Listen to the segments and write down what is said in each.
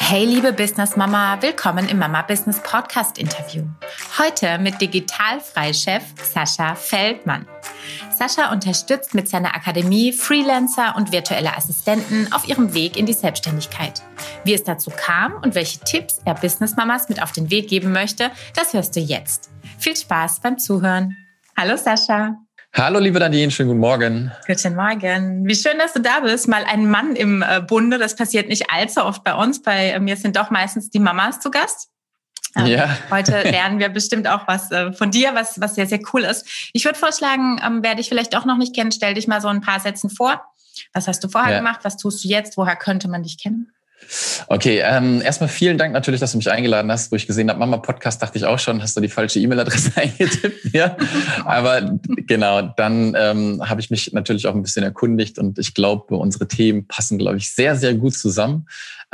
Hey liebe Business Mama, willkommen im Mama Business Podcast Interview. Heute mit Digitalfrei-Chef Sascha Feldmann. Sascha unterstützt mit seiner Akademie Freelancer und virtuelle Assistenten auf ihrem Weg in die Selbstständigkeit. Wie es dazu kam und welche Tipps er Business Mamas mit auf den Weg geben möchte, das hörst du jetzt. Viel Spaß beim Zuhören. Hallo Sascha. Hallo liebe Nadine, schönen guten Morgen. Guten Morgen. Wie schön, dass du da bist. Mal ein Mann im Bunde, das passiert nicht allzu oft bei uns. Bei mir sind doch meistens die Mamas zu Gast. Ja. Heute lernen wir bestimmt auch was von dir, was sehr, sehr cool ist. Ich würde vorschlagen, wer dich vielleicht auch noch nicht kennt, stell dich mal so ein paar Sätzen vor. Was hast du vorher gemacht? Was tust du jetzt? Woher könnte man dich kennen? Okay, erstmal vielen Dank natürlich, dass du mich eingeladen hast. Wo ich gesehen habe, Mama-Podcast, dachte ich auch schon, hast du die falsche E-Mail-Adresse eingetippt. Ja, aber genau, dann habe ich mich natürlich auch ein bisschen erkundigt und ich glaube, unsere Themen passen, glaube ich, sehr, sehr gut zusammen.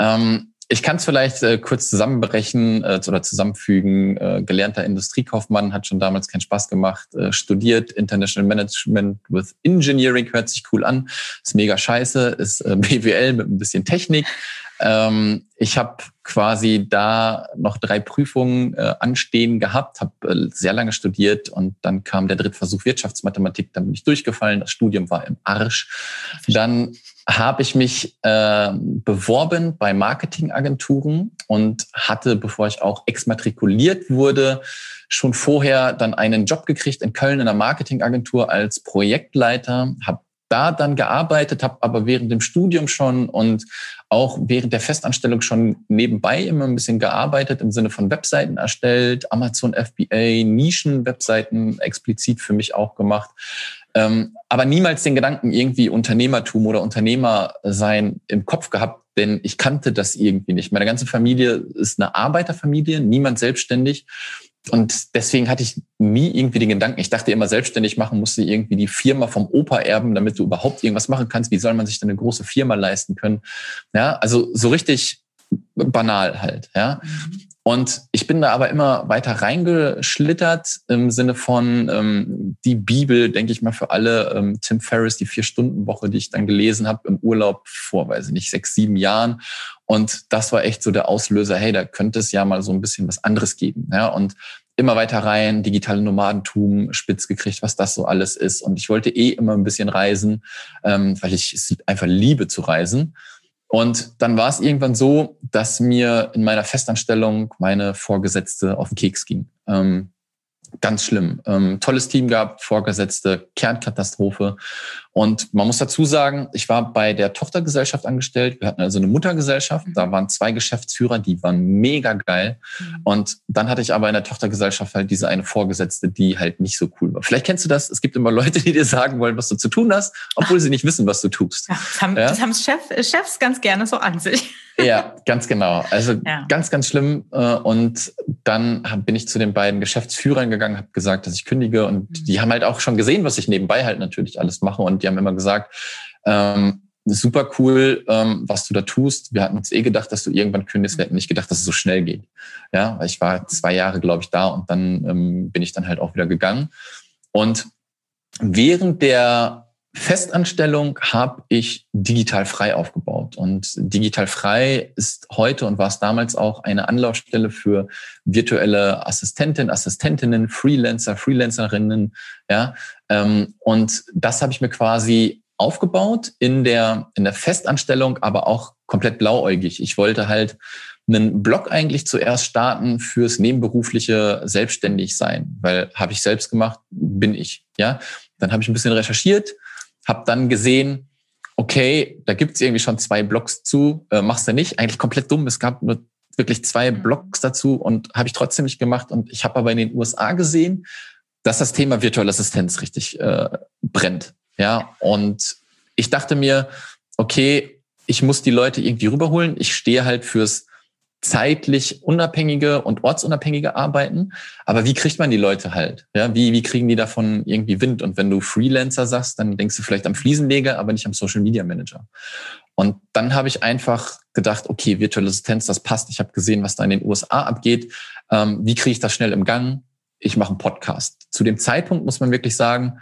Ich kann es vielleicht kurz zusammenbrechen oder zusammenfügen. Gelernter Industriekaufmann, hat schon damals keinen Spaß gemacht. Studiert International Management with Engineering, hört sich cool an. Ist mega scheiße, ist BWL mit ein bisschen Technik. Ich habe quasi da noch 3 Prüfungen anstehen gehabt, habe sehr lange studiert und dann kam der Drittversuch Wirtschaftsmathematik, dann bin ich durchgefallen, das Studium war im Arsch. Dann habe ich mich beworben bei Marketingagenturen und hatte, bevor ich auch exmatrikuliert wurde, schon vorher dann einen Job gekriegt in Köln in einer Marketingagentur als Projektleiter, habe da dann gearbeitet, habe aber während dem Studium schon und auch während der Festanstellung schon nebenbei immer ein bisschen gearbeitet, im Sinne von Webseiten erstellt, Amazon FBA, Nischen-Webseiten explizit für mich auch gemacht. Aber niemals den Gedanken, irgendwie Unternehmertum oder Unternehmer sein im Kopf gehabt, denn ich kannte das irgendwie nicht. Meine ganze Familie ist eine Arbeiterfamilie, niemand selbstständig. Und deswegen hatte ich nie irgendwie den Gedanken, ich dachte immer, selbstständig machen musst du irgendwie die Firma vom Opa erben, damit du überhaupt irgendwas machen kannst. Wie soll man sich denn eine große Firma leisten können? Ja, also so richtig banal halt, ja. Und ich bin da aber immer weiter reingeschlittert im Sinne von die Bibel, denke ich mal, für alle. Tim Ferriss, die 4-Stunden-Woche, die ich dann gelesen habe im Urlaub vor, weiß ich nicht, 6, 7 Jahren. Und das war echt so der Auslöser, hey, da könnte es ja mal so ein bisschen was anderes geben. Ja, und immer weiter rein, digitale Nomadentum, spitz gekriegt, was das so alles ist. Und ich wollte immer ein bisschen reisen, weil ich es einfach liebe zu reisen. Und dann war es irgendwann so, dass mir in meiner Festanstellung meine Vorgesetzte auf den Keks ging. Ganz schlimm. Tolles Team gehabt, Vorgesetzte, Kernkatastrophe. Und man muss dazu sagen, ich war bei der Tochtergesellschaft angestellt. Wir hatten also eine Muttergesellschaft. Da waren 2 Geschäftsführer, die waren mega geil. Und dann hatte ich aber in der Tochtergesellschaft halt diese eine Vorgesetzte, die halt nicht so cool war. Vielleicht kennst du das. Es gibt immer Leute, die dir sagen wollen, was du zu tun hast, obwohl sie nicht wissen, was du tust. Ja, das haben Chefs ganz gerne so an sich. Ja, ganz genau. Also ganz, ganz schlimm. Und dann bin ich zu den beiden Geschäftsführern gegangen, habe gesagt, dass ich kündige. Und die haben halt auch schon gesehen, was ich nebenbei halt natürlich alles mache. Und die haben immer gesagt, super cool, was du da tust. Wir hatten uns gedacht, dass du irgendwann kündigst. Wir hätten nicht gedacht, dass es so schnell geht. Ja, weil ich war 2 Jahre, glaube ich, da. Und dann bin ich dann halt auch wieder gegangen. Und während der Festanstellung habe ich Digitalfrei aufgebaut. Und Digitalfrei ist heute und war es damals auch eine Anlaufstelle für virtuelle Assistentinnen, Freelancer, Freelancerinnen. Ja, und das habe ich mir quasi aufgebaut in der Festanstellung, aber auch komplett blauäugig. Ich wollte halt einen Blog eigentlich zuerst starten fürs nebenberufliche Selbstständigsein, weil habe ich selbst gemacht, bin ich. Ja, dann habe ich ein bisschen recherchiert, habe dann gesehen, okay, da gibt's irgendwie schon 2 Blogs zu, machst du nicht. Eigentlich komplett dumm, es gab nur wirklich 2 Blogs dazu und habe ich trotzdem nicht gemacht. Und ich habe aber in den USA gesehen, dass das Thema virtuelle Assistenz richtig brennt. Ja, und ich dachte mir, okay, ich muss die Leute irgendwie rüberholen. Ich stehe halt fürs zeitlich unabhängige und ortsunabhängige Arbeiten. Aber wie kriegt man die Leute halt? Ja, wie kriegen die davon irgendwie Wind? Und wenn du Freelancer sagst, dann denkst du vielleicht am Fliesenleger, aber nicht am Social Media Manager. Und dann habe ich einfach gedacht, okay, virtuelle Assistenz, das passt. Ich habe gesehen, was da in den USA abgeht. Wie kriege ich das schnell im Gang? Ich mache einen Podcast. Zu dem Zeitpunkt muss man wirklich sagen,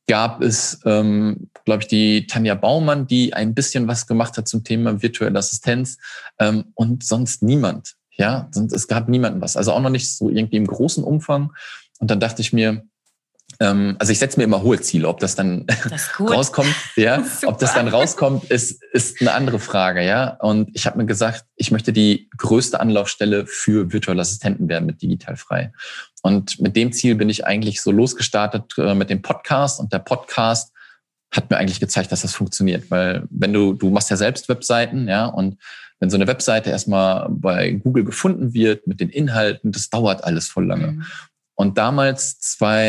gab es, glaube ich, die Tanja Baumann, die ein bisschen was gemacht hat zum Thema virtuelle Assistenz, und sonst niemand. Ja, es gab niemanden was. Also auch noch nicht so irgendwie im großen Umfang. Und dann dachte ich mir, also ich setze mir immer hohe Ziele. Ob das dann rauskommt, ja, ob das dann rauskommt, ist eine andere Frage, ja. Und ich habe mir gesagt, ich möchte die größte Anlaufstelle für virtuelle Assistenten werden mit Digital Frei. Und mit dem Ziel bin ich eigentlich so losgestartet mit dem Podcast. Und der Podcast hat mir eigentlich gezeigt, dass das funktioniert. Weil wenn du machst ja selbst Webseiten, ja, und wenn so eine Webseite erstmal bei Google gefunden wird mit den Inhalten, das dauert alles voll lange. Mhm. Und damals,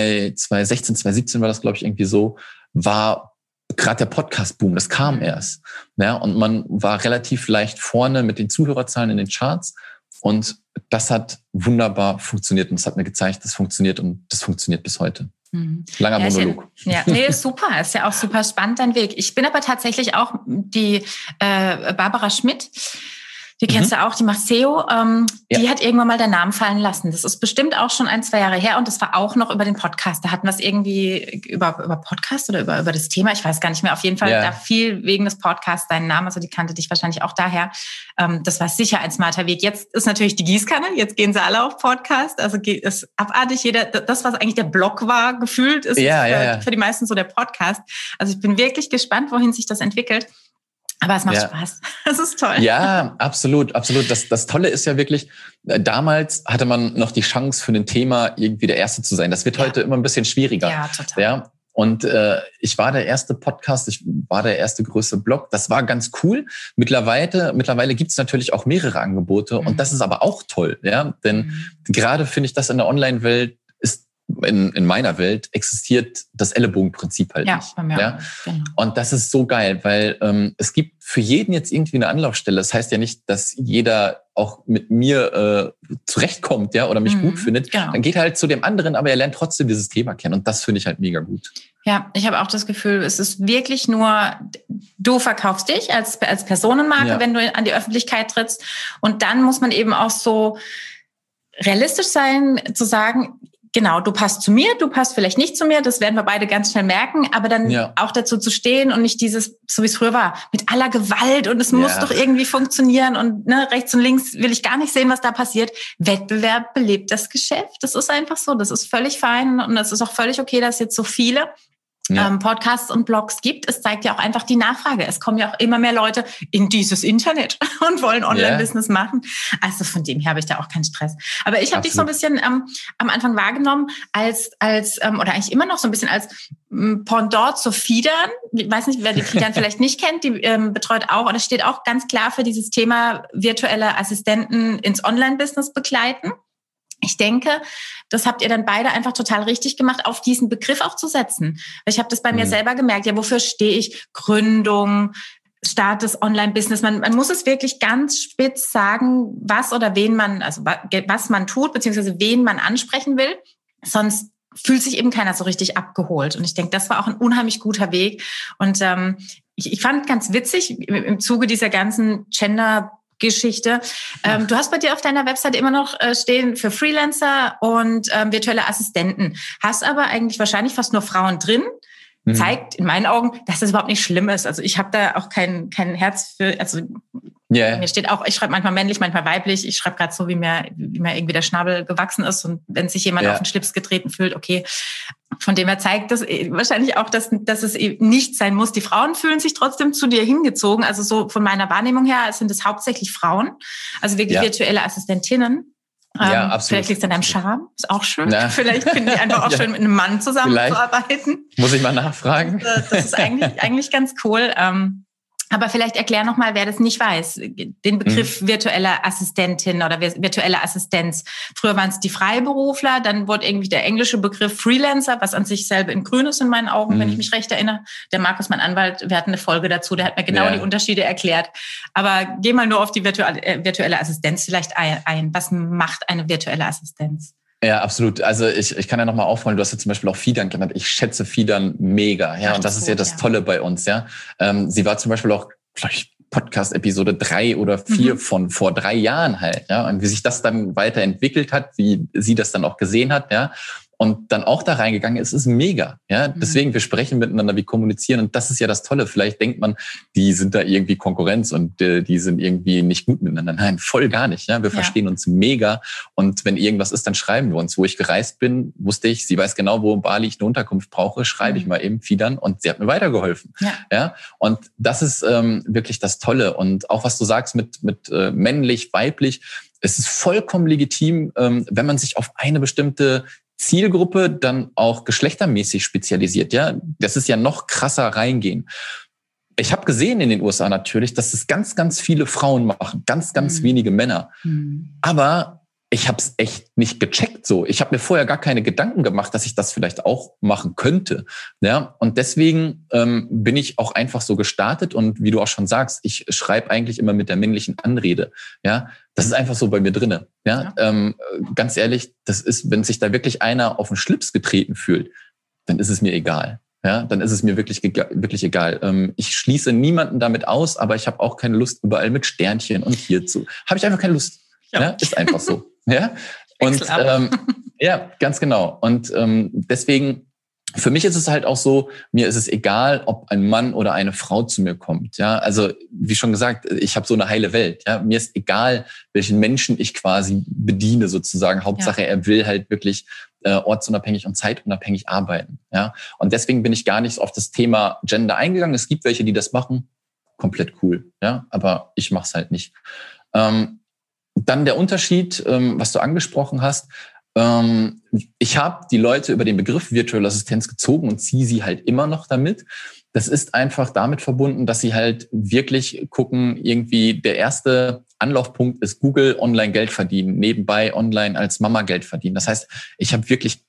2016, 2017 war das, glaube ich, irgendwie so, war gerade der Podcast-Boom, das kam erst. Ja, und man war relativ leicht vorne mit den Zuhörerzahlen in den Charts. Und das hat wunderbar funktioniert. Und das hat mir gezeigt, das funktioniert und das funktioniert bis heute. Langer Monolog. Ja, nee, super. Ist ja auch super spannend, dein Weg. Ich bin aber tatsächlich auch die Barbara Schmidt. Die kennst du auch, die macht SEO. Die hat irgendwann mal den Namen fallen lassen. Das ist bestimmt auch schon 1-2 Jahre her und das war auch noch über den Podcast. Da hatten wir es irgendwie über Podcast oder über das Thema. Ich weiß gar nicht mehr. Auf jeden Fall da viel wegen des Podcasts deinen Namen. Also die kannte dich wahrscheinlich auch daher. Das war sicher ein smarter Weg. Jetzt ist natürlich die Gießkanne. Jetzt gehen sie alle auf Podcast. Also ist abartig. Das, was eigentlich der Blog war, gefühlt, ist für die meisten so der Podcast. Also ich bin wirklich gespannt, wohin sich das entwickelt. Aber es macht Spaß. Das ist toll. Ja, absolut, absolut. Das Tolle ist ja wirklich, damals hatte man noch die Chance für ein Thema irgendwie der Erste zu sein. Das wird heute immer ein bisschen schwieriger. Ja, total. Ja? Und ich war der erste Podcast, ich war der erste größte Blog. Das war ganz cool. Mittlerweile gibt es natürlich auch mehrere Angebote und das ist aber auch toll. Ja? Denn gerade finde ich das in der Online-Welt ist in meiner Welt existiert das Ellenbogenprinzip halt nicht. Bei mir ja? Genau. Und das ist so geil, weil es gibt für jeden jetzt irgendwie eine Anlaufstelle. Das heißt ja nicht, dass jeder auch mit mir zurechtkommt, ja, oder mich gut findet. Genau. Dann geht er halt zu dem anderen, aber er lernt trotzdem dieses Thema kennen. Und das finde ich halt mega gut. Ja, ich habe auch das Gefühl, es ist wirklich nur, du verkaufst dich als Personenmarke, wenn du an die Öffentlichkeit trittst. Und dann muss man eben auch so realistisch sein, zu sagen, genau, du passt zu mir, du passt vielleicht nicht zu mir, das werden wir beide ganz schnell merken, aber dann auch dazu zu stehen und nicht dieses, so wie es früher war, mit aller Gewalt und es muss doch irgendwie funktionieren und rechts und links will ich gar nicht sehen, was da passiert. Wettbewerb belebt das Geschäft, das ist einfach so, das ist völlig fein und das ist auch völlig okay, dass jetzt so viele Podcasts und Blogs gibt. Es zeigt ja auch einfach die Nachfrage. Es kommen ja auch immer mehr Leute in dieses Internet und wollen Online-Business machen. Also von dem her habe ich da auch keinen Stress. Aber ich habe dich so ein bisschen am Anfang wahrgenommen als oder eigentlich immer noch so ein bisschen als Pendant zu Fiedern. Ich weiß nicht, wer die Fiedern vielleicht nicht kennt. Die betreut auch oder steht auch ganz klar für dieses Thema virtuelle Assistenten ins Online-Business begleiten. Ich denke, das habt ihr dann beide einfach total richtig gemacht, auf diesen Begriff auch zu setzen. Ich habe das bei mir selber gemerkt. Ja, wofür stehe ich? Gründung, Start des Online-Business. Man muss es wirklich ganz spitz sagen, was oder wen man, also was man tut, beziehungsweise wen man ansprechen will. Sonst fühlt sich eben keiner so richtig abgeholt. Und ich denke, das war auch ein unheimlich guter Weg. Und ich fand ganz witzig, im Zuge dieser ganzen Geschichte. Du hast bei dir auf deiner Webseite immer noch stehen für Freelancer und virtuelle Assistenten. Hast aber eigentlich wahrscheinlich fast nur Frauen drin. Zeigt in meinen Augen, dass das überhaupt nicht schlimm ist. Also ich habe da auch kein Herz für, also mir steht auch, ich schreibe manchmal männlich, manchmal weiblich. Ich schreibe gerade so, wie mir irgendwie der Schnabel gewachsen ist. Und wenn sich jemand auf den Schlips getreten fühlt, okay. Von dem her zeigt das wahrscheinlich auch, dass es eben nicht sein muss. Die Frauen fühlen sich trotzdem zu dir hingezogen. Also so von meiner Wahrnehmung her sind es hauptsächlich Frauen. Also wirklich virtuelle Assistentinnen. Absolut. Vielleicht liegt es an deinem Charme, ist auch schön. Ja. Vielleicht finden die einfach auch schön, mit einem Mann zusammenzuarbeiten. Muss ich mal nachfragen. Das ist eigentlich ganz cool. Aber vielleicht erklär nochmal, wer das nicht weiß, den Begriff virtuelle Assistentin oder virtuelle Assistenz. Früher waren es die Freiberufler, dann wurde irgendwie der englische Begriff Freelancer, was an sich selber in Grün ist in meinen Augen, wenn ich mich recht erinnere. Der Markus, mein Anwalt, wir hatten eine Folge dazu, der hat mir genau die Unterschiede erklärt. Aber geh mal nur auf die virtuelle Assistenz vielleicht ein. Was macht eine virtuelle Assistenz? Ja, absolut. Also ich kann ja nochmal aufrollen, du hast ja zum Beispiel auch Fiedern genannt. Ich schätze Fiedern mega, ja. Und das ist ja das Tolle bei uns, ja. Sie war zum Beispiel auch, glaube ich, Podcast-Episode 3 oder 4 von vor 3 Jahren halt, ja. Und wie sich das dann weiterentwickelt hat, wie sie das dann auch gesehen hat, ja. und dann auch da reingegangen ist mega. Ja, deswegen, wir sprechen miteinander, wir kommunizieren und das ist ja das Tolle. Vielleicht denkt man, die sind da irgendwie Konkurrenz und die sind irgendwie nicht gut miteinander. Nein, voll gar nicht. Ja, wir verstehen uns mega und wenn irgendwas ist, dann schreiben wir uns. Wo ich gereist bin, wusste ich, sie weiß genau, wo in Bali ich eine Unterkunft brauche, schreibe ich mal eben Fidan und sie hat mir weitergeholfen. Ja, und das ist wirklich das Tolle und auch was du sagst mit männlich, weiblich, es ist vollkommen legitim, wenn man sich auf eine bestimmte Zielgruppe dann auch geschlechtermäßig spezialisiert. Ja, das ist ja noch krasser reingehen. Ich habe gesehen in den USA natürlich, dass es ganz, ganz viele Frauen machen, ganz, ganz wenige Männer. Aber ich habe es echt nicht gecheckt so. Ich habe mir vorher gar keine Gedanken gemacht, dass ich das vielleicht auch machen könnte. Ja, und deswegen bin ich auch einfach so gestartet. Und wie du auch schon sagst, ich schreibe eigentlich immer mit der männlichen Anrede. Ja, das ist einfach so bei mir drinne. Ja, ganz ehrlich, das ist, wenn sich da wirklich einer auf den Schlips getreten fühlt, dann ist es mir egal. Ja, dann ist es mir wirklich egal. Ich schließe niemanden damit aus, aber ich habe auch keine Lust überall mit Sternchen und hierzu. Habe ich einfach keine Lust. Ja, ist einfach so. Ja, und ja, ganz genau. Und deswegen, für mich ist es halt auch so, mir ist es egal, ob ein Mann oder eine Frau zu mir kommt. Ja, also wie schon gesagt, ich habe so eine heile Welt. Ja, mir ist egal, welchen Menschen ich quasi bediene sozusagen. Hauptsache, er will halt wirklich ortsunabhängig und zeitunabhängig arbeiten. Ja, und deswegen bin ich gar nicht so auf das Thema Gender eingegangen. Es gibt welche, die das machen, komplett cool. Ja, aber ich mache es halt nicht. Dann der Unterschied, was du angesprochen hast. Ich habe die Leute über den Begriff virtuelle Assistenz gezogen und ziehe sie halt immer noch damit. Das ist einfach damit verbunden, dass sie halt wirklich gucken, irgendwie der erste Anlaufpunkt ist Google, online Geld verdienen, nebenbei online als Mama Geld verdienen. Das heißt, ich habe wirklich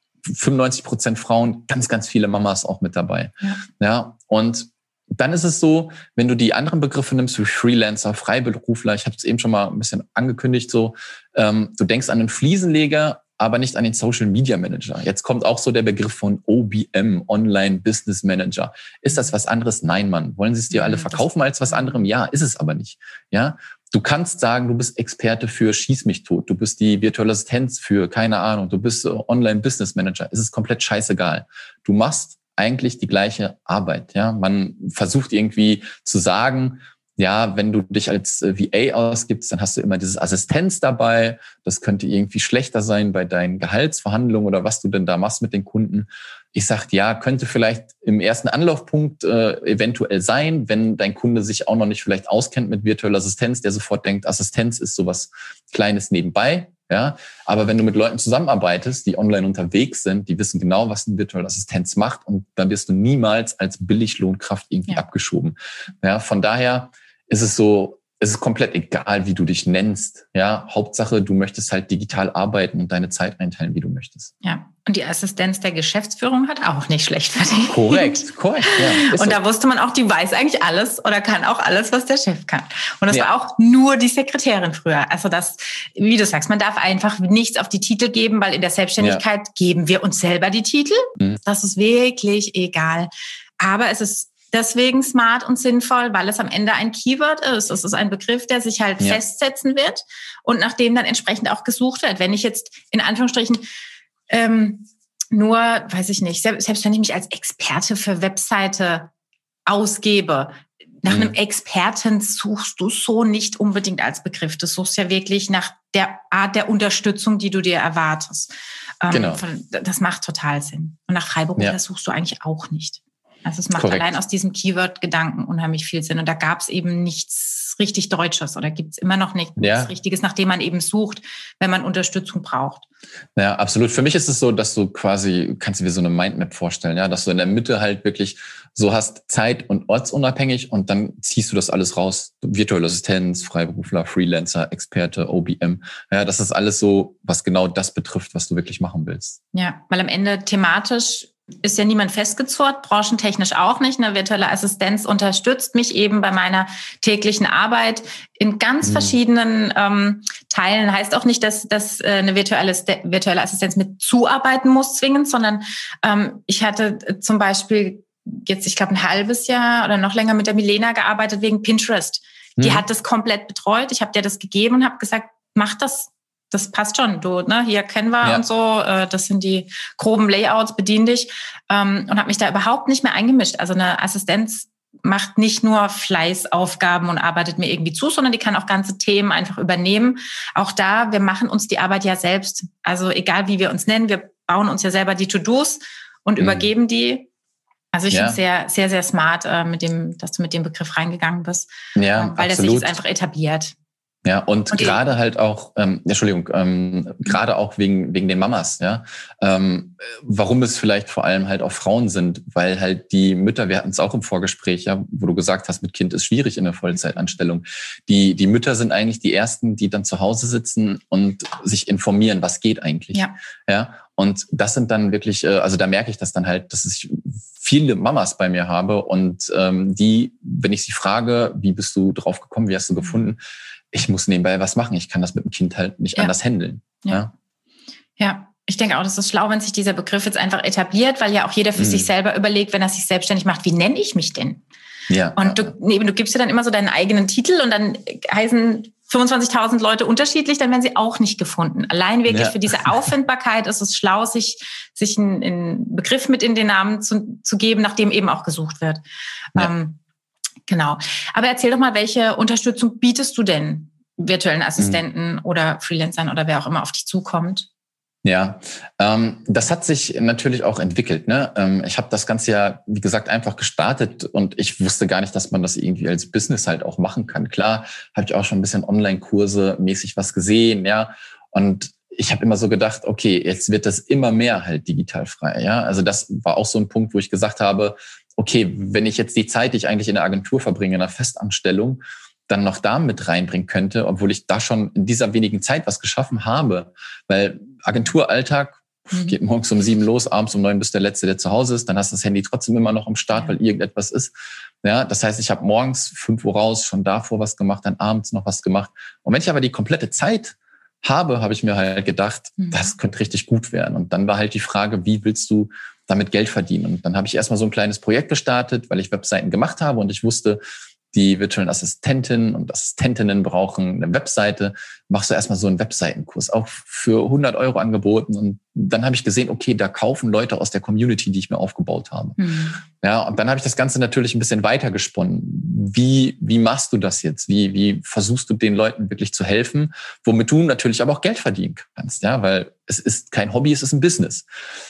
95% Frauen, ganz, ganz viele Mamas auch mit dabei. Ja, und dann ist es so, wenn du die anderen Begriffe nimmst, wie Freelancer, Freiberufler, ich habe es eben schon mal ein bisschen angekündigt, so, du denkst an einen Fliesenleger, aber nicht an den Social Media Manager. Jetzt kommt auch so der Begriff von OBM, Online Business Manager. Ist das was anderes? Nein, Mann. Wollen sie es dir alle verkaufen als was anderem? Ja, ist es aber nicht. Ja, du kannst sagen, du bist Experte für Schieß mich tot. Du bist die virtuelle Assistenz für, keine Ahnung, du bist Online Business Manager. Es ist komplett scheißegal. Du machst eigentlich die gleiche Arbeit. Ja, man versucht irgendwie zu sagen, ja, wenn du dich als VA ausgibst, dann hast du immer dieses Assistenz dabei. Das könnte irgendwie schlechter sein bei deinen Gehaltsverhandlungen oder was du denn da machst mit den Kunden. Ich sage, ja, könnte vielleicht im ersten Anlaufpunkt eventuell sein, wenn dein Kunde sich auch noch nicht vielleicht auskennt mit virtueller Assistenz, der sofort denkt, Assistenz ist sowas Kleines nebenbei. Ja, aber wenn du mit Leuten zusammenarbeitest, die online unterwegs sind, die wissen genau, was eine virtuelle Assistenz macht und dann wirst du niemals als Billiglohnkraft irgendwie abgeschoben. Ja, von daher ist es so, es ist komplett egal, wie du dich nennst. Ja, Hauptsache, du möchtest halt digital arbeiten und deine Zeit einteilen, wie du möchtest. Ja, und die Assistenz der Geschäftsführung hat auch nicht schlecht verdient. Korrekt. Ja, und da wusste man auch, die weiß eigentlich alles oder kann auch alles, was der Chef kann. Und das war auch nur die Sekretärin früher. Also das, wie du sagst, man darf einfach nichts auf die Titel geben, weil in der Selbstständigkeit geben wir uns selber die Titel. Das ist wirklich egal. Aber es ist deswegen smart und sinnvoll, weil es am Ende ein Keyword ist. Es ist ein Begriff, der sich halt festsetzen wird und nach dem dann entsprechend auch gesucht wird. Wenn ich jetzt in Anführungsstrichen nur, weiß ich nicht, selbst wenn ich mich als Experte für Webseite ausgebe, nach einem Experten suchst du so nicht unbedingt als Begriff. Du suchst ja wirklich nach der Art der Unterstützung, die du dir erwartest. Genau. Das macht total Sinn. Und nach Freiberufler suchst du eigentlich auch nicht. Also es macht allein aus diesem Keyword-Gedanken unheimlich viel Sinn. Und da gab es eben nichts richtig Deutsches oder gibt es immer noch nichts Richtiges, nach dem man eben sucht, wenn man Unterstützung braucht. Ja, absolut. Für mich ist es so, dass du quasi, kannst du dir so eine Mindmap vorstellen, ja, dass du in der Mitte halt wirklich so hast, zeit- und ortsunabhängig und dann ziehst du das alles raus. Virtuelle Assistenz, Freiberufler, Freelancer, Experte, OBM. Ja, das ist alles so, was genau das betrifft, was du wirklich machen willst. Ja, weil am Ende thematisch ist ja niemand festgezurrt, branchentechnisch auch nicht. Eine virtuelle Assistenz unterstützt mich eben bei meiner täglichen Arbeit in ganz verschiedenen Teilen. Heißt auch nicht, dass eine virtuelle Assistenz mit zuarbeiten muss zwingend, sondern ich hatte zum Beispiel jetzt, ich glaube, ein halbes Jahr oder noch länger mit der Milena gearbeitet wegen Pinterest. Die hat das komplett betreut. Ich habe dir das gegeben und habe gesagt, mach das. das passt schon. Du, ne, hier Canva und so, das sind die groben Layouts, bedien dich. Und habe mich da überhaupt nicht mehr eingemischt. Also eine Assistenz macht nicht nur Fleißaufgaben und arbeitet mir irgendwie zu, sondern die kann auch ganze Themen einfach übernehmen. Auch da, wir machen uns die Arbeit ja selbst. Also egal, wie wir uns nennen, wir bauen uns ja selber die To-Dos und übergeben die. Also ich finde es sehr, sehr, sehr smart, dass du mit dem Begriff reingegangen bist, weil das sich jetzt einfach etabliert. Ja, und gerade halt auch, gerade auch wegen den Mamas, ja, warum es vielleicht vor allem halt auch Frauen sind, weil halt die Mütter, wir hatten es auch im Vorgespräch, ja, wo du gesagt hast, mit Kind ist schwierig in der Vollzeitanstellung. Die Mütter sind eigentlich die ersten, die dann zu Hause sitzen und sich informieren, was geht eigentlich. Ja. Und das sind dann wirklich, also da merke ich das dann halt, dass ich viele Mamas bei mir habe und die, wenn ich sie frage, wie bist du drauf gekommen, wie hast du gefunden, ich muss nebenbei was machen. Ich kann das mit dem Kind halt nicht anders handeln. Ja, ich denke auch, das ist schlau, wenn sich dieser Begriff jetzt einfach etabliert, weil ja auch jeder für sich selber überlegt, wenn er sich selbstständig macht, wie nenne ich mich denn? Ja. Und du gibst dir dann immer so deinen eigenen Titel und dann heißen 25.000 Leute unterschiedlich, dann werden sie auch nicht gefunden. Allein wirklich für diese Auffindbarkeit ist es schlau, sich einen Begriff mit in den Namen zu geben, nach dem eben auch gesucht wird. Ja. Genau. Aber erzähl doch mal, welche Unterstützung bietest du denn virtuellen Assistenten oder Freelancern oder wer auch immer auf dich zukommt? Ja, das hat sich natürlich auch entwickelt. Ne? Ich habe das Ganze ja, wie gesagt, einfach gestartet und ich wusste gar nicht, dass man das irgendwie als Business halt auch machen kann. Klar, habe ich auch schon ein bisschen Online-Kurse mäßig was gesehen, ja. Und ich habe immer so gedacht, okay, jetzt wird das immer mehr halt digital frei. Ja, also das war auch so ein Punkt, wo ich gesagt habe, okay, wenn ich jetzt die Zeit, die ich eigentlich in der Agentur verbringe, in einer Festanstellung, dann noch da mit reinbringen könnte, obwohl ich da schon in dieser wenigen Zeit was geschaffen habe. Weil Agenturalltag geht morgens um 7 los, abends um 9 bist der Letzte, der zu Hause ist. Dann hast du das Handy trotzdem immer noch am Start, weil irgendetwas ist. Ja, das heißt, ich habe morgens 5 Uhr raus, schon davor was gemacht, dann abends noch was gemacht. Und wenn ich aber die komplette Zeit habe ich mir halt gedacht, das könnte richtig gut werden. Und dann war halt die Frage, wie willst du damit Geld verdienen? Und dann habe ich erstmal so ein kleines Projekt gestartet, weil ich Webseiten gemacht habe und ich wusste, die virtuellen Assistentinnen und Assistentinnen brauchen eine Webseite. Machst du erstmal so einen Webseitenkurs, auch für 100 € angeboten. Und dann habe ich gesehen, okay, da kaufen Leute aus der Community, die ich mir aufgebaut habe. Ja, und dann habe ich das Ganze natürlich ein bisschen weiter gesponnen. Wie machst du das jetzt? Wie versuchst du den Leuten wirklich zu helfen, womit du natürlich aber auch Geld verdienen kannst? Ja, weil es ist kein Hobby, es ist ein Business.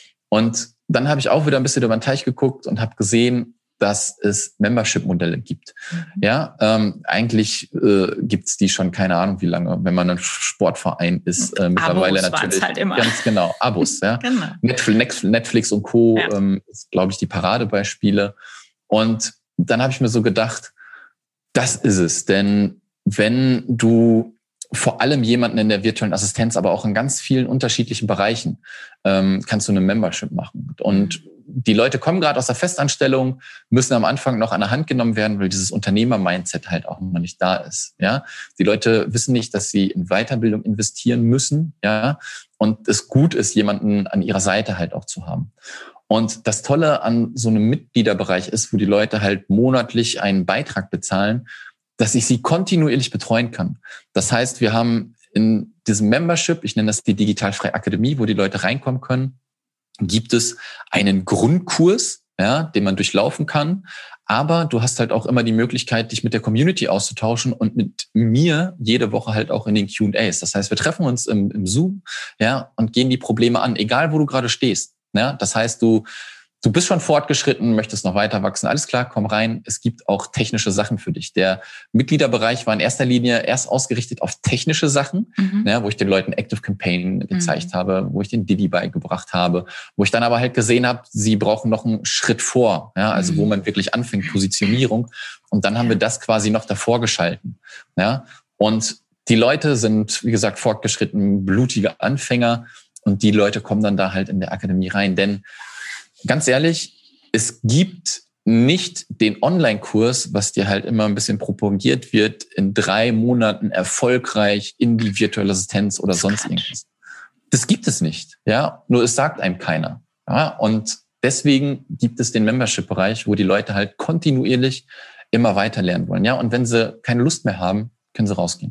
Und dann habe ich auch wieder ein bisschen über den Teich geguckt und habe gesehen, dass es Membership-Modelle gibt. Ja, eigentlich gibt's die schon, keine Ahnung wie lange, wenn man ein Sportverein ist. Mittlerweile Abos natürlich halt immer. Ganz genau, Abos. Ja. Genau. Netflix und Co. Ist, glaube ich, die Paradebeispiele. Und dann habe ich mir so gedacht, das ist es. Denn wenn du vor allem jemanden in der virtuellen Assistenz, aber auch in ganz vielen unterschiedlichen Bereichen, kannst du eine Membership machen. Und die Leute kommen gerade aus der Festanstellung, müssen am Anfang noch an der Hand genommen werden, weil dieses Unternehmer-Mindset halt auch noch nicht da ist. Ja, die Leute wissen nicht, dass sie in Weiterbildung investieren müssen. Ja, und es gut ist, jemanden an ihrer Seite halt auch zu haben. Und das Tolle an so einem Mitgliederbereich ist, wo die Leute halt monatlich einen Beitrag bezahlen, dass ich sie kontinuierlich betreuen kann. Das heißt, wir haben in diesem Membership, ich nenne das die Digitalfreie Akademie, wo die Leute reinkommen können, gibt es einen Grundkurs, ja, den man durchlaufen kann. Aber du hast halt auch immer die Möglichkeit, dich mit der Community auszutauschen und mit mir jede Woche halt auch in den Q&As. Das heißt, wir treffen uns im Zoom, ja, und gehen die Probleme an, egal wo du gerade stehst. Ja, das heißt, du bist schon fortgeschritten, möchtest noch weiter wachsen. Alles klar, komm rein. Es gibt auch technische Sachen für dich. Der Mitgliederbereich war in erster Linie erst ausgerichtet auf technische Sachen, ja, wo ich den Leuten Active Campaign gezeigt habe, wo ich den Divi beigebracht habe, wo ich dann aber halt gesehen habe, sie brauchen noch einen Schritt vor, ja, also wo man wirklich anfängt, Positionierung. Und dann haben wir das quasi noch davor geschalten. Ja, und die Leute sind, wie gesagt, fortgeschritten, blutige Anfänger. Und die Leute kommen dann da halt in der Akademie rein. Denn ganz ehrlich, es gibt nicht den Online-Kurs, was dir halt immer ein bisschen propagiert wird, in 3 Monaten erfolgreich in die virtuelle Assistenz oder sonst irgendwas. Das gibt es nicht, ja. Nur es sagt einem keiner. Ja? Und deswegen gibt es den Membership-Bereich, wo die Leute halt kontinuierlich immer weiter lernen wollen. Ja, und wenn sie keine Lust mehr haben, können sie rausgehen.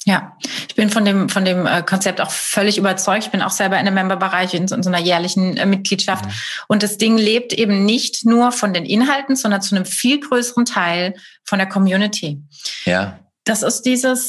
Ja, ich bin von dem Konzept auch völlig überzeugt. Ich bin auch selber in einem Memberbereich in so einer jährlichen Mitgliedschaft. Mhm. Und das Ding lebt eben nicht nur von den Inhalten, sondern zu einem viel größeren Teil von der Community. Ja. Das ist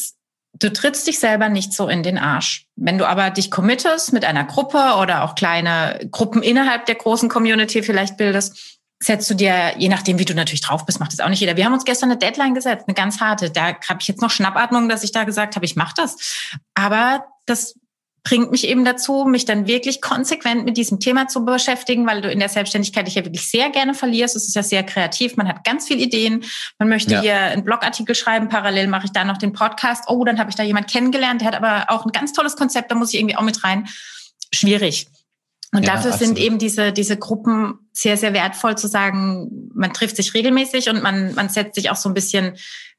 du trittst dich selber nicht so in den Arsch. Wenn du aber dich committest mit einer Gruppe oder auch kleine Gruppen innerhalb der großen Community vielleicht bildest, setzt du dir, je nachdem, wie du natürlich drauf bist, macht das auch nicht jeder. Wir haben uns gestern eine Deadline gesetzt, eine ganz harte. Da habe ich jetzt noch Schnappatmung, dass ich da gesagt habe, ich mache das. Aber das bringt mich eben dazu, mich dann wirklich konsequent mit diesem Thema zu beschäftigen, weil du in der Selbstständigkeit dich ja wirklich sehr gerne verlierst. Es ist ja sehr kreativ, man hat ganz viele Ideen. Man möchte hier einen Blogartikel schreiben, parallel mache ich da noch den Podcast. Oh, dann habe ich da jemand kennengelernt, der hat aber auch ein ganz tolles Konzept, da muss ich irgendwie auch mit rein. Schwierig. Und dafür sind eben diese Gruppen sehr, sehr wertvoll, zu sagen, man trifft sich regelmäßig und man setzt sich auch so ein bisschen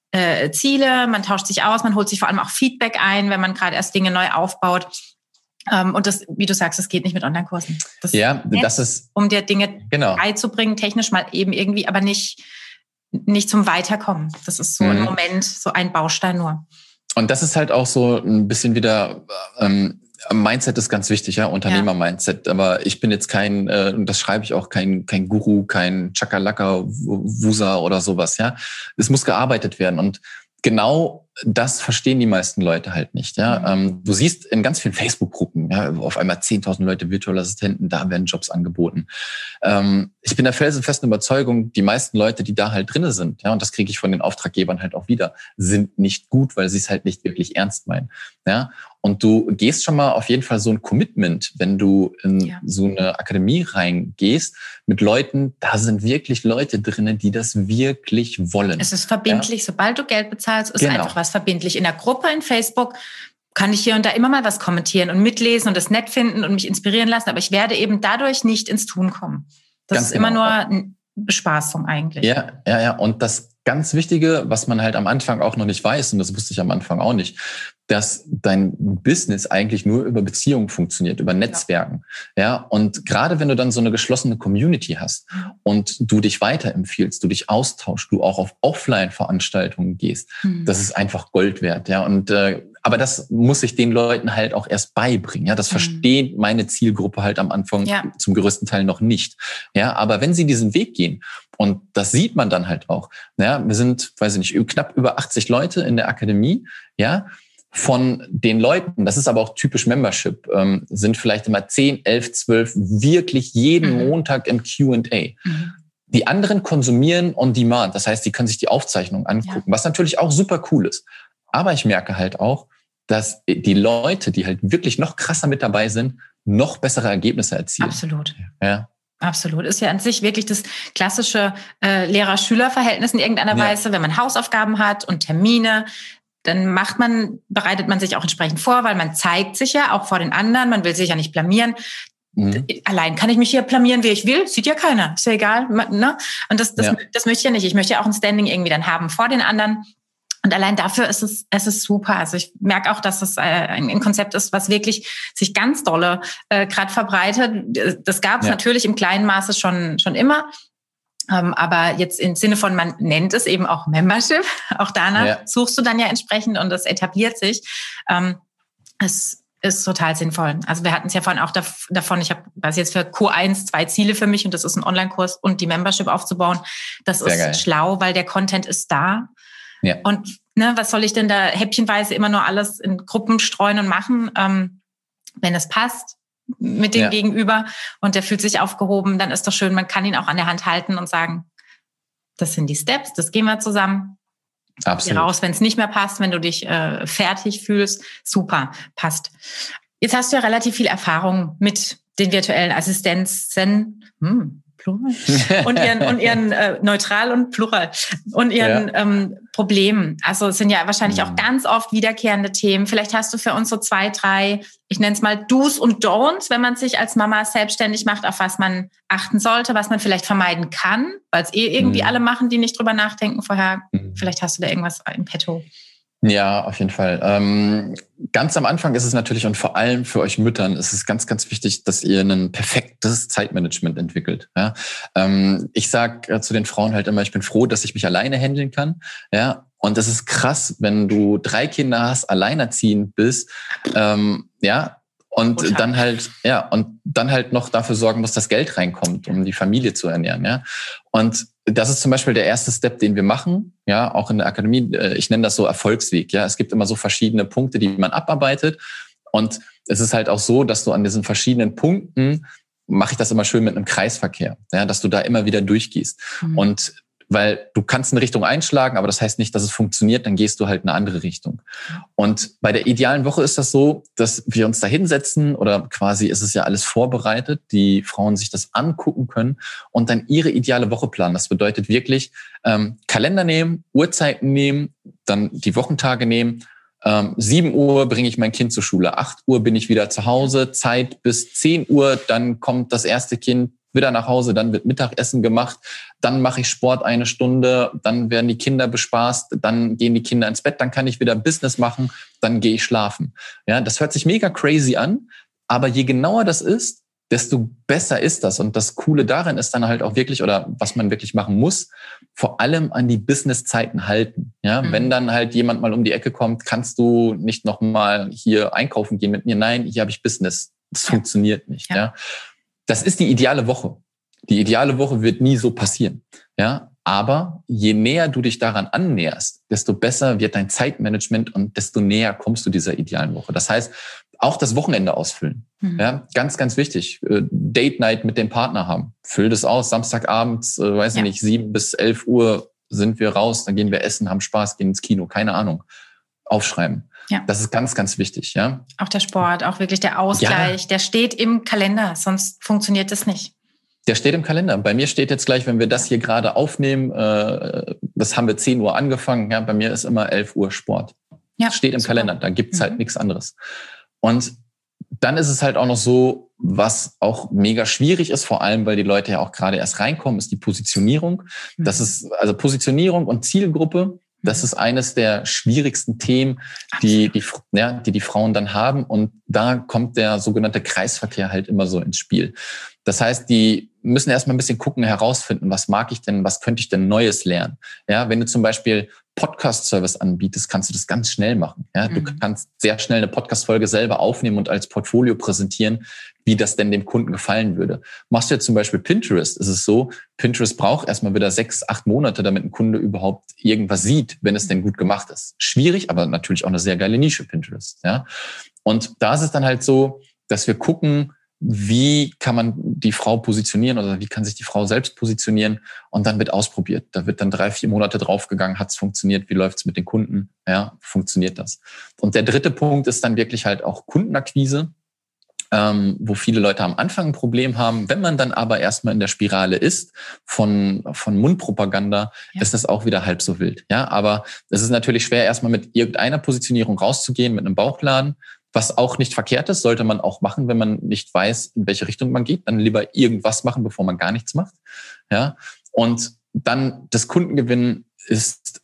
Ziele, man tauscht sich aus, man holt sich vor allem auch Feedback ein, wenn man gerade erst Dinge neu aufbaut. Und das, wie du sagst, das geht nicht mit Online-Kursen. Das ist, um dir Dinge beizubringen, technisch mal eben irgendwie, aber nicht zum Weiterkommen. Das ist so ein Moment, so ein Baustein nur. Und das ist halt auch so ein bisschen wieder... Mindset ist ganz wichtig, ja, Unternehmer-Mindset. Aber ich bin jetzt kein, und das schreibe ich auch, kein Guru, kein Chakalaka-Wusa oder sowas, ja. Es muss gearbeitet werden. Und genau das verstehen die meisten Leute halt nicht, ja. Du siehst in ganz vielen Facebook-Gruppen, ja, auf einmal 10.000 Leute virtuelle Assistenten, da werden Jobs angeboten. Ich bin der felsenfesten Überzeugung, die meisten Leute, die da halt drinne sind, ja, und das kriege ich von den Auftraggebern halt auch wieder, sind nicht gut, weil sie es halt nicht wirklich ernst meinen, ja. Und du gehst schon mal auf jeden Fall so ein Commitment, wenn du in so eine Akademie reingehst mit Leuten, da sind wirklich Leute drinnen, die das wirklich wollen. Es ist verbindlich, sobald du Geld bezahlst, ist einfach was verbindlich. In der Gruppe in Facebook kann ich hier und da immer mal was kommentieren und mitlesen und das nett finden und mich inspirieren lassen, aber ich werde eben dadurch nicht ins Tun kommen. Das ist immer nur eine Bespaßung eigentlich. Ja. Und das ganz Wichtige, was man halt am Anfang auch noch nicht weiß, und das wusste ich am Anfang auch nicht, dass dein Business eigentlich nur über Beziehungen funktioniert, über Netzwerken. Ja, und gerade wenn du dann so eine geschlossene Community hast und du dich weiterempfiehlst, du dich austauschst, du auch auf Offline-Veranstaltungen gehst, das ist einfach Gold wert. Ja, und aber das muss ich den Leuten halt auch erst beibringen. Ja, das versteht meine Zielgruppe halt am Anfang zum größten Teil noch nicht. Ja, aber wenn sie diesen Weg gehen, und das sieht man dann halt auch. Ja, wir sind, weiß ich nicht, knapp über 80 Leute in der Akademie. Ja, von den Leuten, das ist aber auch typisch Membership, sind vielleicht immer 10, 11, 12 wirklich jeden Montag im Q&A. Die anderen konsumieren on demand. Das heißt, die können sich die Aufzeichnung angucken, was natürlich auch super cool ist. Aber ich merke halt auch, dass die Leute, die halt wirklich noch krasser mit dabei sind, noch bessere Ergebnisse erzielen. Absolut. Ja. Absolut. Ist ja an sich wirklich das klassische Lehrer-Schüler-Verhältnis in irgendeiner Weise, wenn man Hausaufgaben hat und Termine. Dann bereitet man sich auch entsprechend vor, weil man zeigt sich ja auch vor den anderen. Man will sich ja nicht blamieren. Allein kann ich mich hier blamieren, wie ich will. Sieht ja keiner. Ist ja egal. Ne? Und das möchte ich ja nicht. Ich möchte ja auch ein Standing irgendwie dann haben vor den anderen. Und allein dafür ist es super. Also ich merke auch, dass es ein Konzept ist, was wirklich sich ganz dolle gerade verbreitet. Das gab es natürlich im kleinen Maße schon immer. Aber jetzt im Sinne von, man nennt es eben auch Membership. Auch danach suchst du dann ja entsprechend und das etabliert sich. Es ist total sinnvoll. Also wir hatten es ja vorhin auch davon, ich habe das jetzt für Q1 2 Ziele für mich und das ist ein Online-Kurs und die Membership aufzubauen. Das ist geil. Schlau, weil der Content ist da. Ja. Und was soll ich denn da häppchenweise immer nur alles in Gruppen streuen und machen? Wenn es passt mit dem Gegenüber und der fühlt sich aufgehoben, dann ist doch schön, man kann ihn auch an der Hand halten und sagen, das sind die Steps, das gehen wir zusammen. Absolut. Geh raus, wenn es nicht mehr passt, wenn du dich fertig fühlst, super, passt. Jetzt hast du ja relativ viel Erfahrung mit den virtuellen Assistenzen, Plural, und ihren neutral und plural und ihren Problemen. Also es sind ja wahrscheinlich auch ganz oft wiederkehrende Themen. Vielleicht hast du für uns so 2, 3, ich nenne es mal Do's und Don'ts, wenn man sich als Mama selbstständig macht, auf was man achten sollte, was man vielleicht vermeiden kann, weil es irgendwie alle machen, die nicht drüber nachdenken vorher. Vielleicht hast du da irgendwas im Petto. Ja, auf jeden Fall. Ganz am Anfang ist es natürlich und vor allem für euch Müttern ist es ganz, ganz wichtig, dass ihr ein perfektes Zeitmanagement entwickelt. Ja? Ich sage zu den Frauen halt immer, ich bin froh, dass ich mich alleine handeln kann. Ja? Und es ist krass, wenn du 3 Kinder hast, alleinerziehend bist, und dann halt noch dafür sorgen musst, dass Geld reinkommt, um die Familie zu ernähren, ja. Und das ist zum Beispiel der erste Step, den wir machen, ja, auch in der Akademie. Ich nenne das so Erfolgsweg, ja. Es gibt immer so verschiedene Punkte, die man abarbeitet. Und es ist halt auch so, dass du an diesen verschiedenen Punkten, mache ich das immer schön mit einem Kreisverkehr, ja, dass du da immer wieder durchgehst. Und weil du kannst eine Richtung einschlagen, aber das heißt nicht, dass es funktioniert, dann gehst du halt in eine andere Richtung. Und bei der idealen Woche ist das so, dass wir uns da hinsetzen oder quasi ist es ja alles vorbereitet, die Frauen sich das angucken können und dann ihre ideale Woche planen. Das bedeutet wirklich Kalender nehmen, Uhrzeiten nehmen, dann die Wochentage nehmen. 7 Uhr bringe ich mein Kind zur Schule, 8 Uhr bin ich wieder zu Hause, Zeit bis 10 Uhr, dann kommt das erste Kind wieder nach Hause, dann wird Mittagessen gemacht, dann mache ich Sport 1 Stunde, dann werden die Kinder bespaßt, dann gehen die Kinder ins Bett, dann kann ich wieder Business machen, dann gehe ich schlafen. Ja, das hört sich mega crazy an, aber je genauer das ist, desto besser ist das. Und das Coole darin ist dann halt auch wirklich, oder was man wirklich machen muss, vor allem an die Businesszeiten halten. Ja, wenn dann halt jemand mal um die Ecke kommt, kannst du nicht nochmal hier einkaufen gehen mit mir. Nein, hier habe ich Business. Das funktioniert nicht. Ja. Das ist die ideale Woche. Die ideale Woche wird nie so passieren. Ja, aber je näher du dich daran annäherst, desto besser wird dein Zeitmanagement und desto näher kommst du dieser idealen Woche. Das heißt, auch das Wochenende ausfüllen. Ja, ganz, ganz wichtig. Date Night mit dem Partner haben. Füll das aus. Samstagabends, 7 bis 11 Uhr sind wir raus. Dann gehen wir essen, haben Spaß, gehen ins Kino. Keine Ahnung. Aufschreiben. Ja. Das ist ganz, ganz wichtig. Ja. Auch der Sport, auch wirklich der Ausgleich, der steht im Kalender. Sonst funktioniert das nicht. Der steht im Kalender. Bei mir steht jetzt gleich, wenn wir das hier gerade aufnehmen, das haben wir 10 Uhr angefangen. Ja, bei mir ist immer 11 Uhr Sport. Ja, steht im Kalender. Da gibt's halt nichts anderes. Und dann ist es halt auch noch so, was auch mega schwierig ist, vor allem, weil die Leute ja auch gerade erst reinkommen, ist die Positionierung. Das ist also Positionierung und Zielgruppe. Das ist eines der schwierigsten Themen, die Frauen dann haben. Und da kommt der sogenannte Kreisverkehr halt immer so ins Spiel. Das heißt, die müssen erstmal ein bisschen gucken, herausfinden, was mag ich denn, was könnte ich denn Neues lernen? Ja, wenn du zum Beispiel Podcast-Service anbietest, kannst du das ganz schnell machen. Ja, du kannst sehr schnell eine Podcast-Folge selber aufnehmen und als Portfolio präsentieren, wie das denn dem Kunden gefallen würde. Machst du jetzt zum Beispiel Pinterest, ist es so, Pinterest braucht erstmal wieder 6-8 Monate, damit ein Kunde überhaupt irgendwas sieht, wenn es denn gut gemacht ist. Schwierig, aber natürlich auch eine sehr geile Nische, Pinterest. Ja, und da ist es dann halt so, dass wir gucken, wie kann man die Frau positionieren oder wie kann sich die Frau selbst positionieren und dann wird ausprobiert. Da wird dann 3-4 Monate draufgegangen, hat es funktioniert, wie läuft's mit den Kunden, ja, funktioniert das. Und der dritte Punkt ist dann wirklich halt auch Kundenakquise, wo viele Leute am Anfang ein Problem haben. Wenn man dann aber erstmal in der Spirale ist von Mundpropaganda, ist das auch wieder halb so wild. Ja, aber es ist natürlich schwer, erstmal mit irgendeiner Positionierung rauszugehen, mit einem Bauchladen. Was auch nicht verkehrt ist, sollte man auch machen, wenn man nicht weiß, in welche Richtung man geht. Dann lieber irgendwas machen, bevor man gar nichts macht. Ja, und dann das Kundengewinnen ist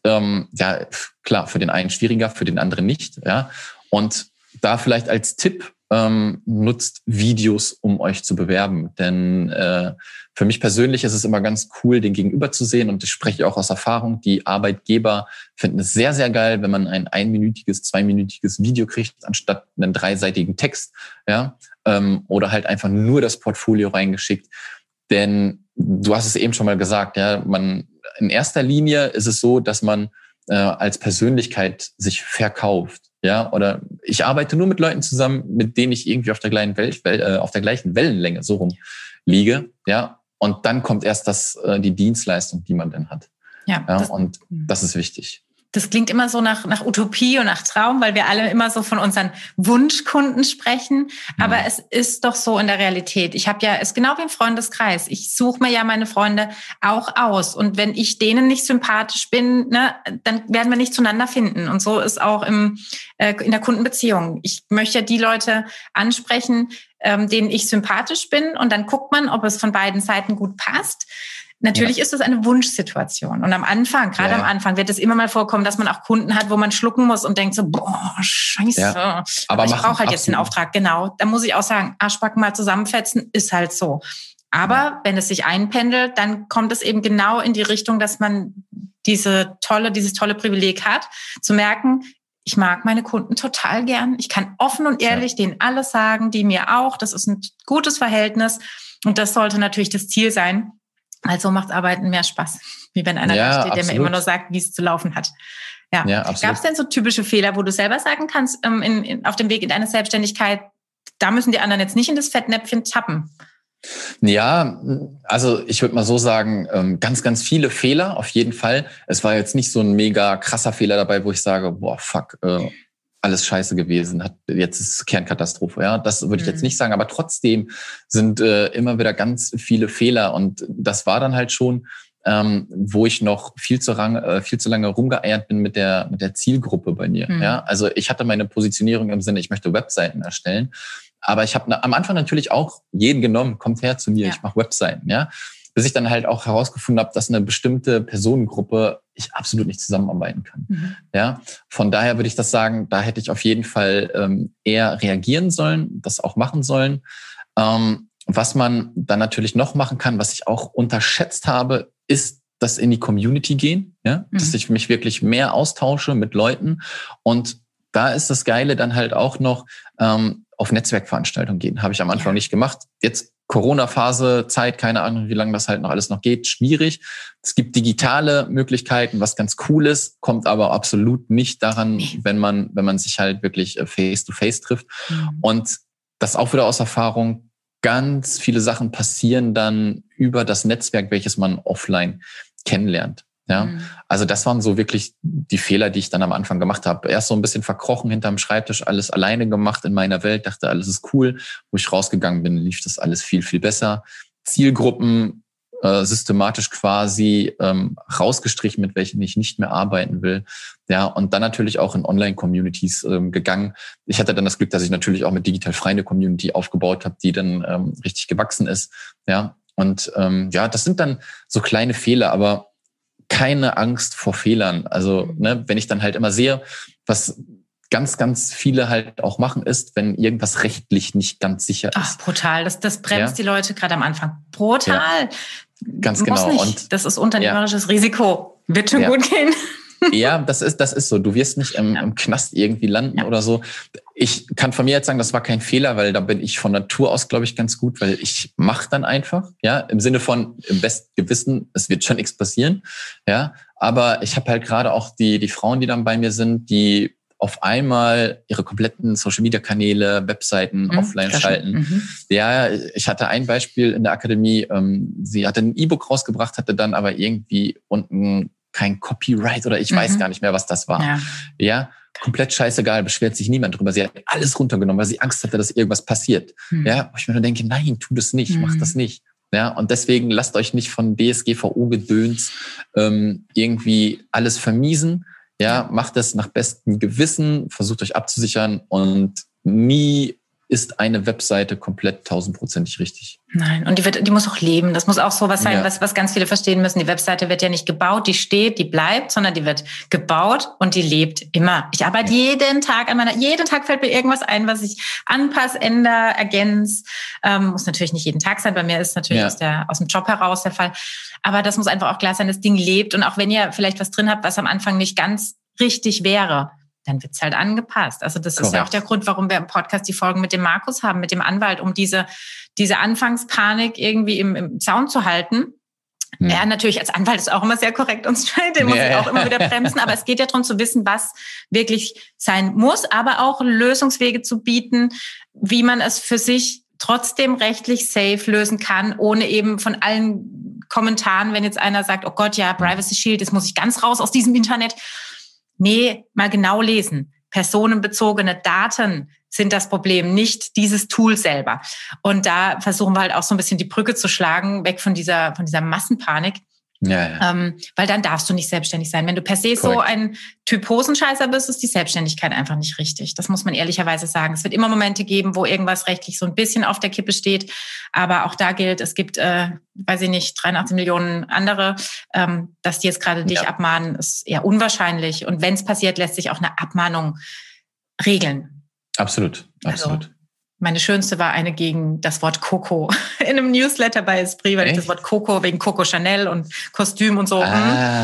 klar für den einen schwieriger, für den anderen nicht. Ja, und da vielleicht als Tipp nutzt Videos, um euch zu bewerben. Denn für mich persönlich ist es immer ganz cool, den Gegenüber zu sehen. Und ich spreche auch aus Erfahrung. Die Arbeitgeber finden es sehr, sehr geil, wenn man ein 1-minütiges, 2-minütiges Video kriegt, anstatt einen 3-seitigen Text. Ja, oder halt einfach nur das Portfolio reingeschickt. Denn du hast es eben schon mal gesagt, ja, in erster Linie ist es so, dass man als Persönlichkeit sich verkauft. Ja, oder ich arbeite nur mit Leuten zusammen, mit denen ich irgendwie auf der gleichen Wellenlänge so rum liege. Ja, und dann kommt erst die Dienstleistung, die man dann hat. Ja, das ist wichtig. Das klingt immer so nach Utopie und nach Traum, weil wir alle immer so von unseren Wunschkunden sprechen. Aber es ist doch so in der Realität. Ist genau wie im Freundeskreis. Ich suche mir ja meine Freunde auch aus. Und wenn ich denen nicht sympathisch bin, dann werden wir nicht zueinander finden. Und so ist auch in der Kundenbeziehung. Ich möchte die Leute ansprechen, denen ich sympathisch bin. Und dann guckt man, ob es von beiden Seiten gut passt. Natürlich ist es eine Wunschsituation. Und am Anfang wird es immer mal vorkommen, dass man auch Kunden hat, wo man schlucken muss und denkt so, boah, scheiße. Ja, aber ich brauche halt jetzt den Auftrag. Genau. Da muss ich auch sagen, Arschbacken mal zusammenfetzen, ist halt so. Aber wenn es sich einpendelt, dann kommt es eben genau in die Richtung, dass man dieses tolle Privileg hat, zu merken, ich mag meine Kunden total gern. Ich kann offen und ehrlich denen alles sagen, die mir auch. Das ist ein gutes Verhältnis. Und das sollte natürlich das Ziel sein. Also macht Arbeiten mehr Spaß. Wie wenn einer da steht, der mir immer nur sagt, wie es zu laufen hat. Ja, gab es denn so typische Fehler, wo du selber sagen kannst, auf dem Weg in deine Selbstständigkeit, da müssen die anderen jetzt nicht in das Fettnäpfchen tappen? Ja, also ich würde mal so sagen, ganz, ganz viele Fehler auf jeden Fall. Es war jetzt nicht so ein mega krasser Fehler dabei, wo ich sage, boah, fuck, alles scheiße gewesen, jetzt ist Kernkatastrophe. Ja, das würde ich jetzt nicht sagen, aber trotzdem sind immer wieder ganz viele Fehler und das war dann halt schon, wo ich noch viel zu lange rumgeeiert bin mit der Zielgruppe bei mir. Ja, also ich hatte meine Positionierung im Sinne, ich möchte Webseiten erstellen. Aber ich habe am Anfang natürlich auch jeden genommen, kommt her zu mir, ich mache Webseiten, ja. Bis ich dann halt auch herausgefunden habe, dass eine bestimmte Personengruppe ich absolut nicht zusammenarbeiten kann. Ja, von daher würde ich das sagen, da hätte ich auf jeden Fall eher reagieren sollen, das auch machen sollen. Was man dann natürlich noch machen kann, was ich auch unterschätzt habe, ist das in die Community gehen, ja, dass ich mich wirklich mehr austausche mit Leuten. Und da ist das Geile dann halt auch noch, auf Netzwerkveranstaltungen gehen. Habe ich am Anfang nicht gemacht. Jetzt Corona-Phase, Zeit, keine Ahnung, wie lange das halt noch alles noch geht, schwierig. Es gibt digitale Möglichkeiten, was ganz cool ist, kommt aber absolut nicht daran, wenn man sich halt wirklich face-to-face trifft. Und das auch wieder aus Erfahrung, ganz viele Sachen passieren dann über das Netzwerk, welches man offline kennenlernt. Ja, also das waren so wirklich die Fehler, die ich dann am Anfang gemacht habe. Erst so ein bisschen verkrochen hinterm Schreibtisch, alles alleine gemacht in meiner Welt, dachte, alles ist cool. Wo ich rausgegangen bin, lief das alles viel, viel besser. Zielgruppen systematisch quasi rausgestrichen, mit welchen ich nicht mehr arbeiten will. Ja, und dann natürlich auch in Online-Communities gegangen. Ich hatte dann das Glück, dass ich natürlich auch mit Digital Frei eine Community aufgebaut habe, die dann richtig gewachsen ist. Ja, und das sind dann so kleine Fehler, aber keine Angst vor Fehlern. Also, wenn ich dann halt immer sehe, was ganz, ganz viele halt auch machen, ist, wenn irgendwas rechtlich nicht ganz sicher ist. Ach, brutal. Das bremst die Leute gerade am Anfang. Brutal. Ja. Ganz genau. Nicht. Und das ist unternehmerisches Risiko. Wird schon gut gehen. Ja, das ist so. Du wirst nicht im Knast irgendwie landen oder so. Ich kann von mir jetzt sagen, das war kein Fehler, weil da bin ich von Natur aus, glaube ich, ganz gut, weil ich mache dann einfach, ja, im Sinne von im besten Gewissen, es wird schon nichts passieren, ja. Aber ich habe halt gerade auch die Frauen, die dann bei mir sind, die auf einmal ihre kompletten Social-Media-Kanäle, Webseiten offline schalten. Ja, ich hatte ein Beispiel in der Akademie, sie hatte ein E-Book rausgebracht, hatte dann aber irgendwie unten kein Copyright oder ich weiß gar nicht mehr, was das war. Ja, komplett scheißegal, beschwert sich niemand drüber. Sie hat alles runtergenommen, weil sie Angst hatte, dass irgendwas passiert. Ja, wo ich mir nur denke, nein, tu das nicht, mach das nicht. Ja, und deswegen lasst euch nicht von DSGVO-Gedöns irgendwie alles vermiesen. Ja, macht es nach bestem Gewissen, versucht euch abzusichern und nie ist eine Webseite komplett 1000%ig richtig. Nein, und die muss auch leben. Das muss auch so was sein, was ganz viele verstehen müssen. Die Webseite wird ja nicht gebaut, die steht, die bleibt, sondern die wird gebaut und die lebt immer. Ich arbeite jeden Tag jeden Tag fällt mir irgendwas ein, was ich anpasse, ändere, ergänze. Muss natürlich nicht jeden Tag sein. Bei mir ist natürlich aus dem Job heraus der Fall. Aber das muss einfach auch klar sein, das Ding lebt. Und auch wenn ihr vielleicht was drin habt, was am Anfang nicht ganz richtig wäre, dann wird's halt angepasst. Also das ist ja auch der Grund, warum wir im Podcast die Folgen mit dem Markus haben, mit dem Anwalt, um diese Anfangspanik irgendwie im Zaun zu halten. Er natürlich als Anwalt ist auch immer sehr korrekt und straight, den muss ich auch immer wieder bremsen. Aber es geht ja darum zu wissen, was wirklich sein muss, aber auch Lösungswege zu bieten, wie man es für sich trotzdem rechtlich safe lösen kann, ohne eben von allen Kommentaren, wenn jetzt einer sagt, oh Gott, ja, Privacy Shield, jetzt muss ich ganz raus aus diesem Internet. Nee, mal genau lesen. Personenbezogene Daten sind das Problem, nicht dieses Tool selber. Und da versuchen wir halt auch so ein bisschen die Brücke zu schlagen, weg von dieser Massenpanik. Weil dann darfst du nicht selbstständig sein. Wenn du per se so ein Typ Hosenscheißer bist, ist die Selbstständigkeit einfach nicht richtig. Das muss man ehrlicherweise sagen. Es wird immer Momente geben, wo irgendwas rechtlich so ein bisschen auf der Kippe steht. Aber auch da gilt, es gibt, 83 Millionen andere, dass die jetzt gerade dich abmahnen, ist eher unwahrscheinlich. Und wenn es passiert, lässt sich auch eine Abmahnung regeln. Absolut. Also, Meine schönste war eine gegen das Wort Coco in einem Newsletter bei Esprit, weil ich das Wort Coco wegen Coco Chanel und Kostüm und so. Okay.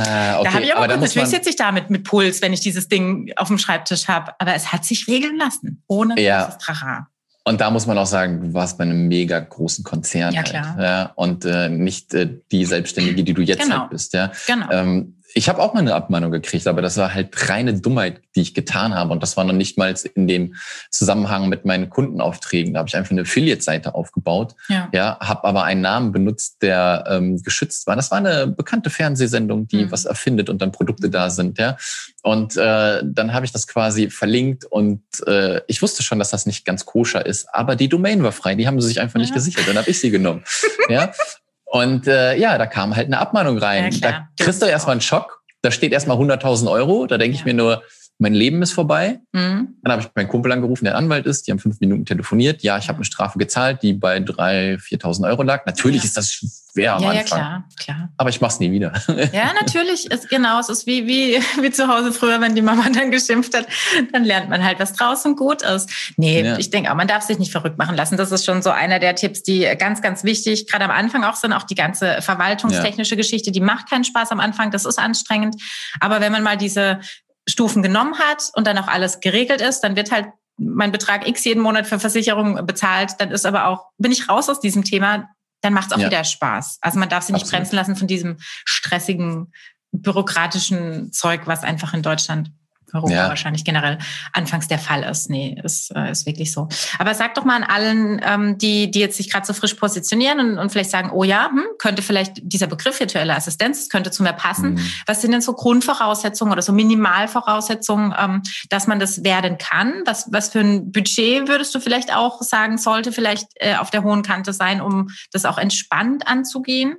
Da habe ich aber natürlich sitze ich da mit Puls, wenn ich dieses Ding auf dem Schreibtisch habe. Aber es hat sich regeln lassen, ohne großes Trara. Und da muss man auch sagen, du warst bei einem mega großen Konzern. Ja, klar. Halt, ja, und nicht die Selbstständige, die du jetzt halt bist. Ja. Genau. Ich habe auch mal eine Abmahnung gekriegt, aber das war halt reine Dummheit, die ich getan habe. Und das war noch nicht mal in dem Zusammenhang mit meinen Kundenaufträgen. Da habe ich einfach eine Affiliate-Seite aufgebaut, habe aber einen Namen benutzt, der geschützt war. Das war eine bekannte Fernsehsendung, die was erfindet und dann Produkte da sind. Ja. Und dann habe ich das quasi verlinkt und ich wusste schon, dass das nicht ganz koscher ist, aber die Domain war frei. Die haben sie sich einfach nicht gesichert. Dann habe ich sie genommen. Ja. Und da kam halt eine Abmahnung rein. Da kriegst du erstmal einen Schock. Da steht erstmal 100.000 €. Da denke ich mir nur, mein Leben ist vorbei. Dann habe ich meinen Kumpel angerufen, der Anwalt ist. Die haben 5 Minuten telefoniert. Ja, ich habe eine Strafe gezahlt, die bei 3.000, 4.000 € lag. Natürlich ist das schwer am Anfang. Ja, klar. Aber ich mach's nie wieder. Ja, natürlich. Es ist wie zu Hause früher, wenn die Mama dann geschimpft hat. Dann lernt man halt, was draußen gut ist. Nee, ich denke auch, man darf sich nicht verrückt machen lassen. Das ist schon so einer der Tipps, die ganz, ganz wichtig, gerade am Anfang auch sind. Auch die ganze verwaltungstechnische Geschichte, die macht keinen Spaß am Anfang. Das ist anstrengend. Aber wenn man mal diese Stufen genommen hat und dann auch alles geregelt ist, dann wird halt mein Betrag X jeden Monat für Versicherung bezahlt. Dann ist aber auch, bin ich raus aus diesem Thema, dann macht es auch wieder Spaß. Also man darf sich nicht bremsen lassen von diesem stressigen, bürokratischen Zeug, was einfach in Deutschland, Europa wahrscheinlich generell anfangs der Fall ist. Nee, ist wirklich so. Aber sag doch mal an allen, die jetzt sich gerade so frisch positionieren und vielleicht sagen, oh ja, könnte vielleicht dieser Begriff virtuelle Assistenz, könnte zu mir passen. Was sind denn so Grundvoraussetzungen oder so Minimalvoraussetzungen, dass man das werden kann? Was für ein Budget würdest du vielleicht auch sagen, sollte vielleicht auf der hohen Kante sein, um das auch entspannt anzugehen?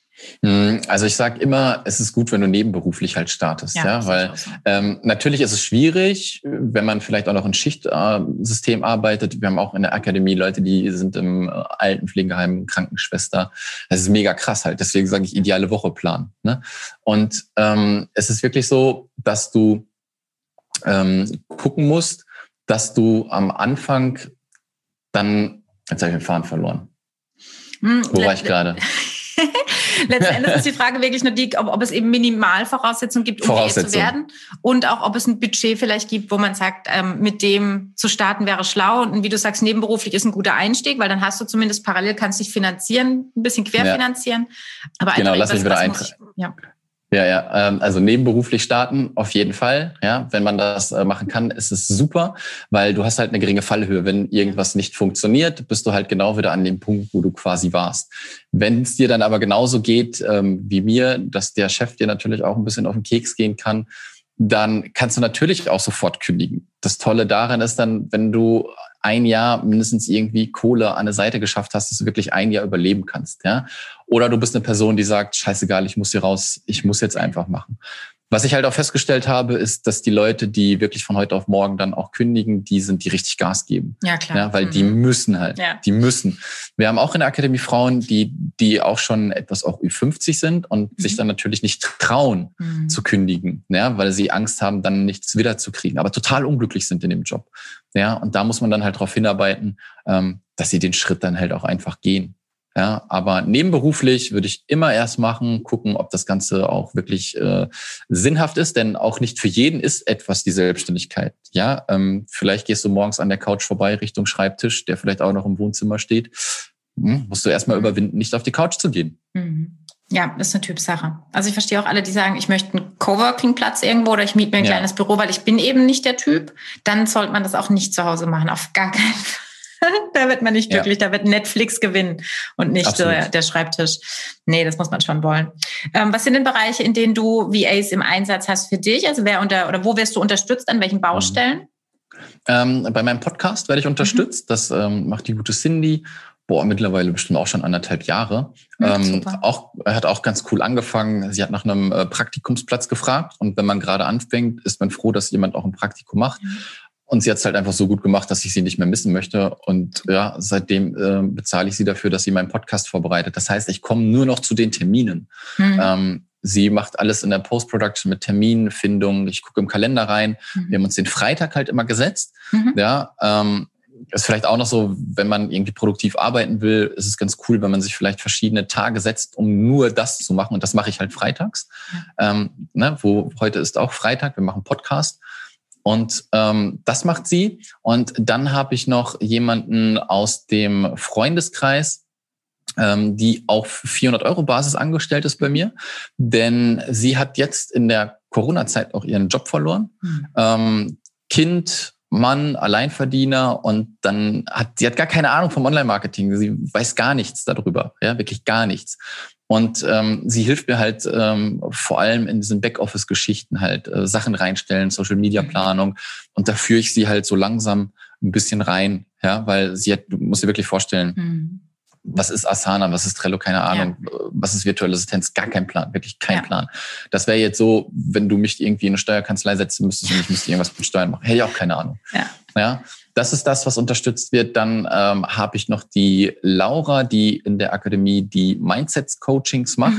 Also ich sage immer, es ist gut, wenn du nebenberuflich halt startest, weil natürlich ist es schwierig, wenn man vielleicht auch noch in Schichtsystem arbeitet. Wir haben auch in der Akademie Leute, die sind im Altenpflegeheim, Krankenschwester. Das ist mega krass halt. Deswegen sage ich, ideale Woche planen. Ne? Und es ist wirklich so, dass du gucken musst, dass du am Anfang dann, jetzt habe ich den Faden verloren. Wo war ich gerade? Letzten Endes ist die Frage wirklich nur die, ob es eben Minimalvoraussetzungen gibt, um Diät zu werden. Und auch, ob es ein Budget vielleicht gibt, wo man sagt, mit dem zu starten wäre schlau. Und wie du sagst, nebenberuflich ist ein guter Einstieg, weil dann hast du zumindest parallel, kannst dich finanzieren, ein bisschen querfinanzieren. Aber genau, lass mich wieder eintragen. Also nebenberuflich starten, auf jeden Fall. Ja, wenn man das machen kann, ist es super, weil du hast halt eine geringe Fallhöhe. Wenn irgendwas nicht funktioniert, bist du halt genau wieder an dem Punkt, wo du quasi warst. Wenn es dir dann aber genauso geht wie mir, dass der Chef dir natürlich auch ein bisschen auf den Keks gehen kann, dann kannst du natürlich auch sofort kündigen. Das Tolle daran ist dann, wenn du ein Jahr mindestens irgendwie Kohle an der Seite geschafft hast, dass du wirklich ein Jahr überleben kannst. Ja? Oder du bist eine Person, die sagt, scheißegal, ich muss hier raus, ich muss jetzt einfach machen. Was ich halt auch festgestellt habe, ist, dass die Leute, die wirklich von heute auf morgen dann auch kündigen, die sind, die richtig Gas geben. Ja, klar. Ja, weil die müssen halt. Ja. Die müssen. Wir haben auch in der Akademie Frauen, die auch schon etwas auch Ü50 sind und sich dann natürlich nicht trauen zu kündigen, ja, weil sie Angst haben, dann nichts wiederzukriegen, aber total unglücklich sind in dem Job. Ja, und da muss man dann halt darauf hinarbeiten, dass sie den Schritt dann halt auch einfach gehen. Ja, aber nebenberuflich würde ich immer erst machen, gucken, ob das Ganze auch wirklich sinnhaft ist, denn auch nicht für jeden ist etwas die Selbstständigkeit. Ja, vielleicht gehst du morgens an der Couch vorbei Richtung Schreibtisch, der vielleicht auch noch im Wohnzimmer steht. Musst du erstmal überwinden, nicht auf die Couch zu gehen. Ja, ist eine Typsache. Also ich verstehe auch alle, die sagen, ich möchte einen Coworking-Platz irgendwo oder ich miete mir ein kleines Büro, weil ich bin eben nicht der Typ. Dann sollte man das auch nicht zu Hause machen, auf gar keinen Fall. Da wird man nicht glücklich, da wird Netflix gewinnen und nicht der Schreibtisch. Nee, das muss man schon wollen. Was sind denn Bereiche, in denen du VAs im Einsatz hast für dich? Also wo wirst du unterstützt, an welchen Baustellen? Bei meinem Podcast werde ich unterstützt. Das macht die gute Cindy. Mittlerweile bestimmt auch schon 1,5 Jahre. Hat auch ganz cool angefangen. Sie hat nach einem Praktikumsplatz gefragt. Und wenn man gerade anfängt, ist man froh, dass jemand auch ein Praktikum macht. Und sie hat es halt einfach so gut gemacht, dass ich sie nicht mehr missen möchte. Und ja, seitdem bezahle ich sie dafür, dass sie meinen Podcast vorbereitet. Das heißt, ich komme nur noch zu den Terminen. Sie macht alles in der Post-Production mit Terminfindung. Ich gucke im Kalender rein. Wir haben uns den Freitag halt immer gesetzt. ist vielleicht auch noch so, wenn man irgendwie produktiv arbeiten will, ist es ganz cool, wenn man sich vielleicht verschiedene Tage setzt, um nur das zu machen. Und das mache ich halt freitags. Wo heute ist auch Freitag, wir machen Podcast. Und das macht sie. Und dann habe ich noch jemanden aus dem Freundeskreis, die auf 400 € Basis angestellt ist bei mir. Denn sie hat jetzt in der Corona-Zeit auch ihren Job verloren. Kind, Mann, Alleinverdiener, und dann sie hat gar keine Ahnung vom Online-Marketing. Sie weiß gar nichts darüber, ja, wirklich gar nichts. Und sie hilft mir halt vor allem in diesen Backoffice-Geschichten halt, Sachen reinstellen, Social-Media-Planung. Und da führe ich sie halt so langsam ein bisschen rein, ja, weil du musst dir wirklich vorstellen, was ist Asana, was ist Trello, keine Ahnung, was ist virtuelle Assistenz, gar kein Plan, wirklich kein Plan. Das wäre jetzt so, wenn du mich irgendwie in eine Steuerkanzlei setzen müsstest und ich müsste irgendwas mit Steuern machen, hätte ich auch keine Ahnung. Ja, das ist das, was unterstützt wird. Dann habe ich noch die Laura, die in der Akademie die Mindset-Coachings macht.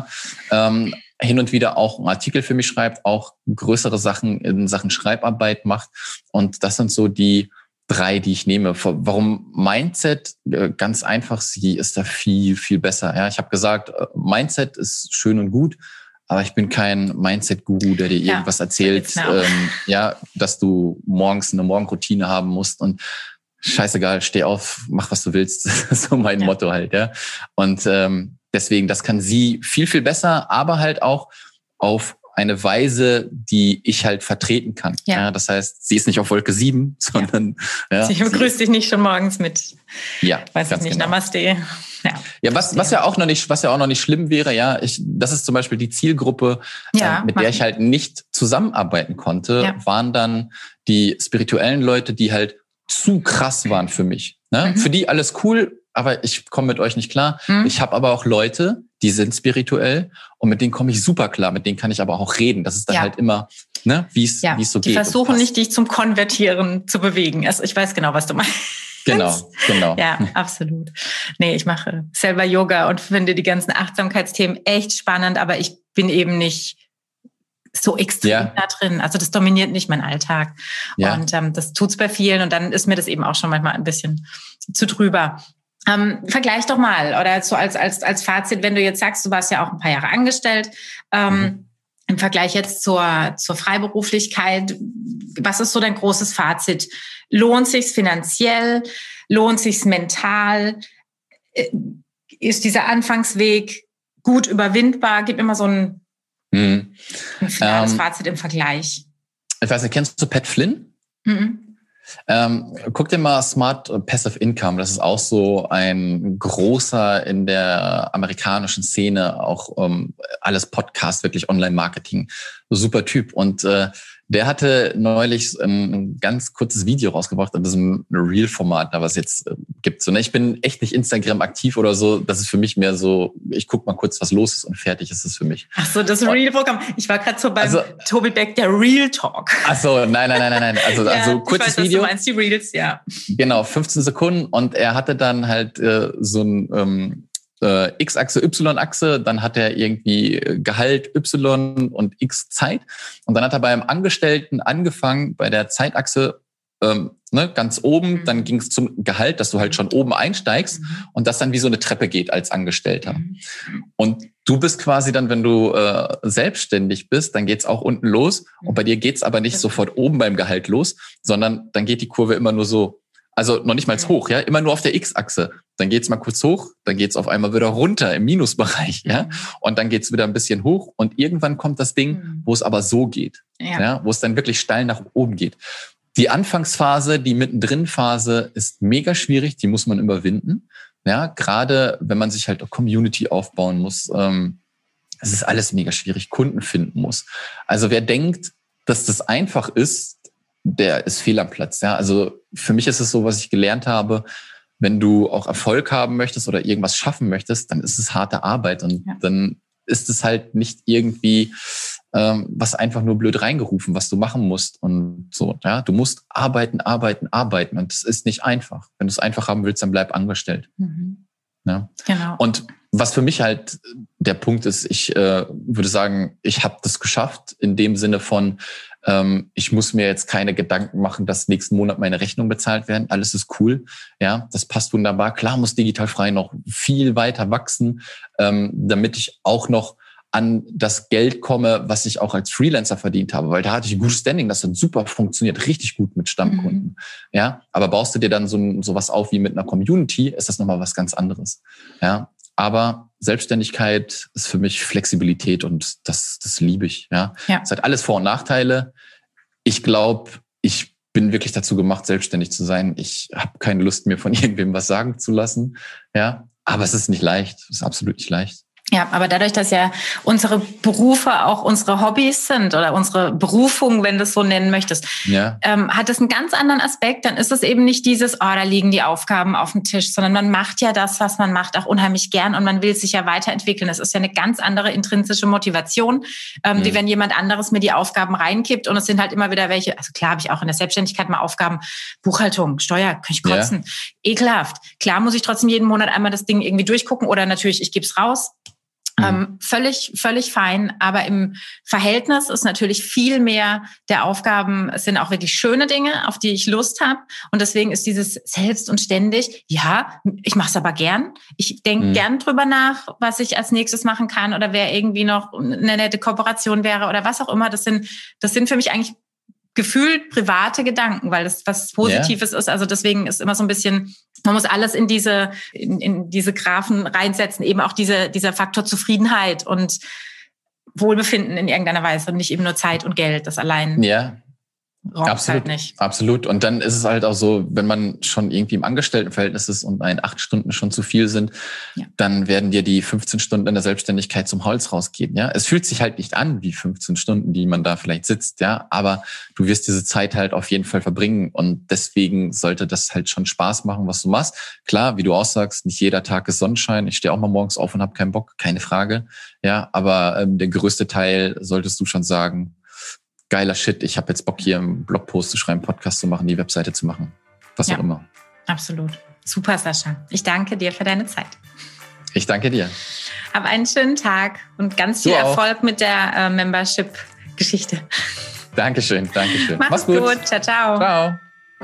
Hin und wieder auch einen Artikel für mich schreibt, auch größere Sachen in Sachen Schreibarbeit macht. Und das sind so die 3, die ich nehme. Warum Mindset? Ganz einfach, sie ist da viel, viel besser. Ja, ich habe gesagt, Mindset ist schön und gut, aber ich bin kein Mindset-Guru, der dir irgendwas erzählt, dass du morgens eine Morgenroutine haben musst und scheißegal, steh auf, mach, was du willst. Das ist so mein Motto halt, ja. Und deswegen, das kann sie viel, viel besser, aber halt auch auf eine Weise, die ich halt vertreten kann. Ja, das heißt, sie ist nicht auf Wolke 7, sondern... Sie begrüßt dich nicht schon morgens mit, weiß ich nicht, genau. Namaste. Was ja auch noch nicht schlimm wäre, das ist zum Beispiel die Zielgruppe, mit der ich halt nicht zusammenarbeiten konnte, waren dann die spirituellen Leute, die halt zu krass waren für mich. Ne? Für die alles cool, aber ich komme mit euch nicht klar. Ich habe aber auch Leute, die sind spirituell und mit denen komme ich super klar. Mit denen kann ich aber auch reden. Das ist dann halt immer, wie es so geht. Die versuchen nicht, dich zum Konvertieren zu bewegen. Also ich weiß genau, was du meinst. Genau. Ja, absolut. Nee, ich mache selber Yoga und finde die ganzen Achtsamkeitsthemen echt spannend, aber ich bin eben nicht so extrem da drin. Also das dominiert nicht meinen Alltag. Und das tut's bei vielen und dann ist mir das eben auch schon manchmal ein bisschen zu drüber. Vergleich doch mal, oder so als Fazit, wenn du jetzt sagst, du warst ja auch ein paar Jahre angestellt, im Vergleich jetzt zur Freiberuflichkeit, was ist so dein großes Fazit? Lohnt sich's finanziell? Lohnt sich's mental? Ist dieser Anfangsweg gut überwindbar? Gib mir mal so ein finales Fazit im Vergleich. Ich weiß nicht, kennst du Pat Flynn? Guck dir mal Smart Passive Income. Das ist auch so ein großer in der amerikanischen Szene, auch alles Podcast, wirklich Online-Marketing. Super Typ. Und der hatte neulich ein ganz kurzes Video rausgebracht in diesem Reel-Format, da was es jetzt gibt. So, ne? Ich bin echt nicht Instagram aktiv oder so. Das ist für mich mehr so, ich guck mal kurz, was los ist und fertig ist es für mich. Ach so, das Reel-Programm. Ich war gerade so beim Tobi Beck, der Real Talk. Ach so, nein. Also kurzes Video. Du meinst die Reels, Genau, 15 Sekunden. Und er hatte dann halt so ein X-Achse, Y-Achse, dann hat er irgendwie Gehalt Y und X Zeit. Und dann hat er beim Angestellten angefangen, bei der Zeitachse ganz oben, dann ging es zum Gehalt, dass du halt schon oben einsteigst und das dann wie so eine Treppe geht als Angestellter. Und du bist quasi dann, wenn du selbstständig bist, dann geht's auch unten los und bei dir geht's aber nicht sofort oben beim Gehalt los, sondern dann geht die Kurve immer nur so, also noch nicht mal hoch, immer nur auf der X-Achse. Dann geht's mal kurz hoch, dann geht's auf einmal wieder runter im Minusbereich, und dann geht's wieder ein bisschen hoch und irgendwann kommt das Ding, wo es aber so geht, wo es dann wirklich steil nach oben geht. Die Anfangsphase, die Mittendrin-Phase ist mega schwierig, die muss man überwinden. Ja, gerade wenn man sich halt eine Community aufbauen muss, es ist alles mega schwierig, Kunden finden muss. Also wer denkt, dass das einfach ist, der ist fehl am Platz. Ja, also für mich ist es so, was ich gelernt habe, wenn du auch Erfolg haben möchtest oder irgendwas schaffen möchtest, dann ist es harte Arbeit und dann ist es halt nicht irgendwie was einfach nur blöd reingerufen, was du machen musst und so. Ja, du musst arbeiten und es ist nicht einfach. Wenn du es einfach haben willst, dann bleib angestellt. Ja? Genau. Und was für mich halt der Punkt ist, ich würde sagen, ich habe das geschafft in dem Sinne von, Ich muss mir jetzt keine Gedanken machen, dass nächsten Monat meine Rechnungen bezahlt werden. Alles ist cool. Ja, das passt wunderbar. Klar muss digital frei noch viel weiter wachsen, damit ich auch noch an das Geld komme, was ich auch als Freelancer verdient habe, weil da hatte ich ein gutes Standing, das hat super funktioniert, richtig gut mit Stammkunden. Ja, aber baust du dir dann sowas auf wie mit einer Community, ist das nochmal was ganz anderes. Ja, aber Selbstständigkeit ist für mich Flexibilität und das liebe ich. Ja, es hat alles Vor- und Nachteile. Ich glaube, ich bin wirklich dazu gemacht, selbstständig zu sein. Ich habe keine Lust, mir von irgendwem was sagen zu lassen. Ja, aber es ist nicht leicht. Es ist absolut nicht leicht. Ja, aber dadurch, dass ja unsere Berufe auch unsere Hobbys sind oder unsere Berufung, wenn du es so nennen möchtest, hat es einen ganz anderen Aspekt. Dann ist es eben nicht dieses, da liegen die Aufgaben auf dem Tisch, sondern man macht ja das, was man macht, auch unheimlich gern und man will sich ja weiterentwickeln. Das ist ja eine ganz andere intrinsische Motivation, wie wenn jemand anderes mir die Aufgaben reinkippt und es sind halt immer wieder welche, also klar habe ich auch in der Selbstständigkeit mal Aufgaben, Buchhaltung, Steuer, kann ich kotzen, ekelhaft. Klar muss ich trotzdem jeden Monat einmal das Ding irgendwie durchgucken oder natürlich, ich gebe es raus. Völlig fein, aber im Verhältnis ist natürlich viel mehr der Aufgaben, es sind auch wirklich schöne Dinge, auf die ich Lust habe und deswegen ist dieses selbst und ständig, ich mache es aber gern, ich denke gern drüber nach, was ich als nächstes machen kann oder wer irgendwie noch eine nette Kooperation wäre oder was auch immer, das sind für mich eigentlich gefühlt private Gedanken, weil das was Positives ist. Also deswegen ist immer so ein bisschen, man muss alles in diese Graphen reinsetzen, eben auch dieser Faktor Zufriedenheit und Wohlbefinden in irgendeiner Weise und nicht eben nur Zeit und Geld, das allein Absolut, halt nicht. Absolut. Und dann ist es halt auch so, wenn man schon irgendwie im Angestelltenverhältnis ist und 8 Stunden schon zu viel sind, dann werden dir die 15 Stunden in der Selbstständigkeit zum Holz rausgehen. Ja, es fühlt sich halt nicht an wie 15 Stunden, die man da vielleicht sitzt. Ja, aber du wirst diese Zeit halt auf jeden Fall verbringen und deswegen sollte das halt schon Spaß machen, was du machst. Klar, wie du auch sagst, nicht jeder Tag ist Sonnenschein. Ich stehe auch mal morgens auf und habe keinen Bock, keine Frage. Ja, aber der größte Teil solltest du schon sagen, geiler Shit, ich habe jetzt Bock, hier einen Blogpost zu schreiben, Podcast zu machen, die Webseite zu machen. Was auch immer. Absolut. Super, Sascha. Ich danke dir für deine Zeit. Ich danke dir. Hab einen schönen Tag und ganz viel Erfolg mit der Membership-Geschichte. Dankeschön. Mach's gut. Ciao, ciao. Ciao.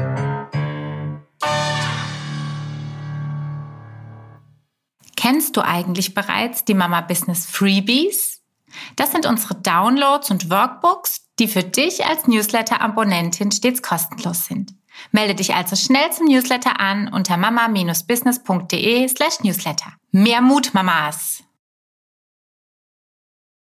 Kennst du eigentlich bereits die Mama Business Freebies? Das sind unsere Downloads und Workbooks, die für dich als Newsletter-Abonnentin stets kostenlos sind. Melde dich also schnell zum Newsletter an unter mama-business.de/newsletter. Mehr Mut, Mamas!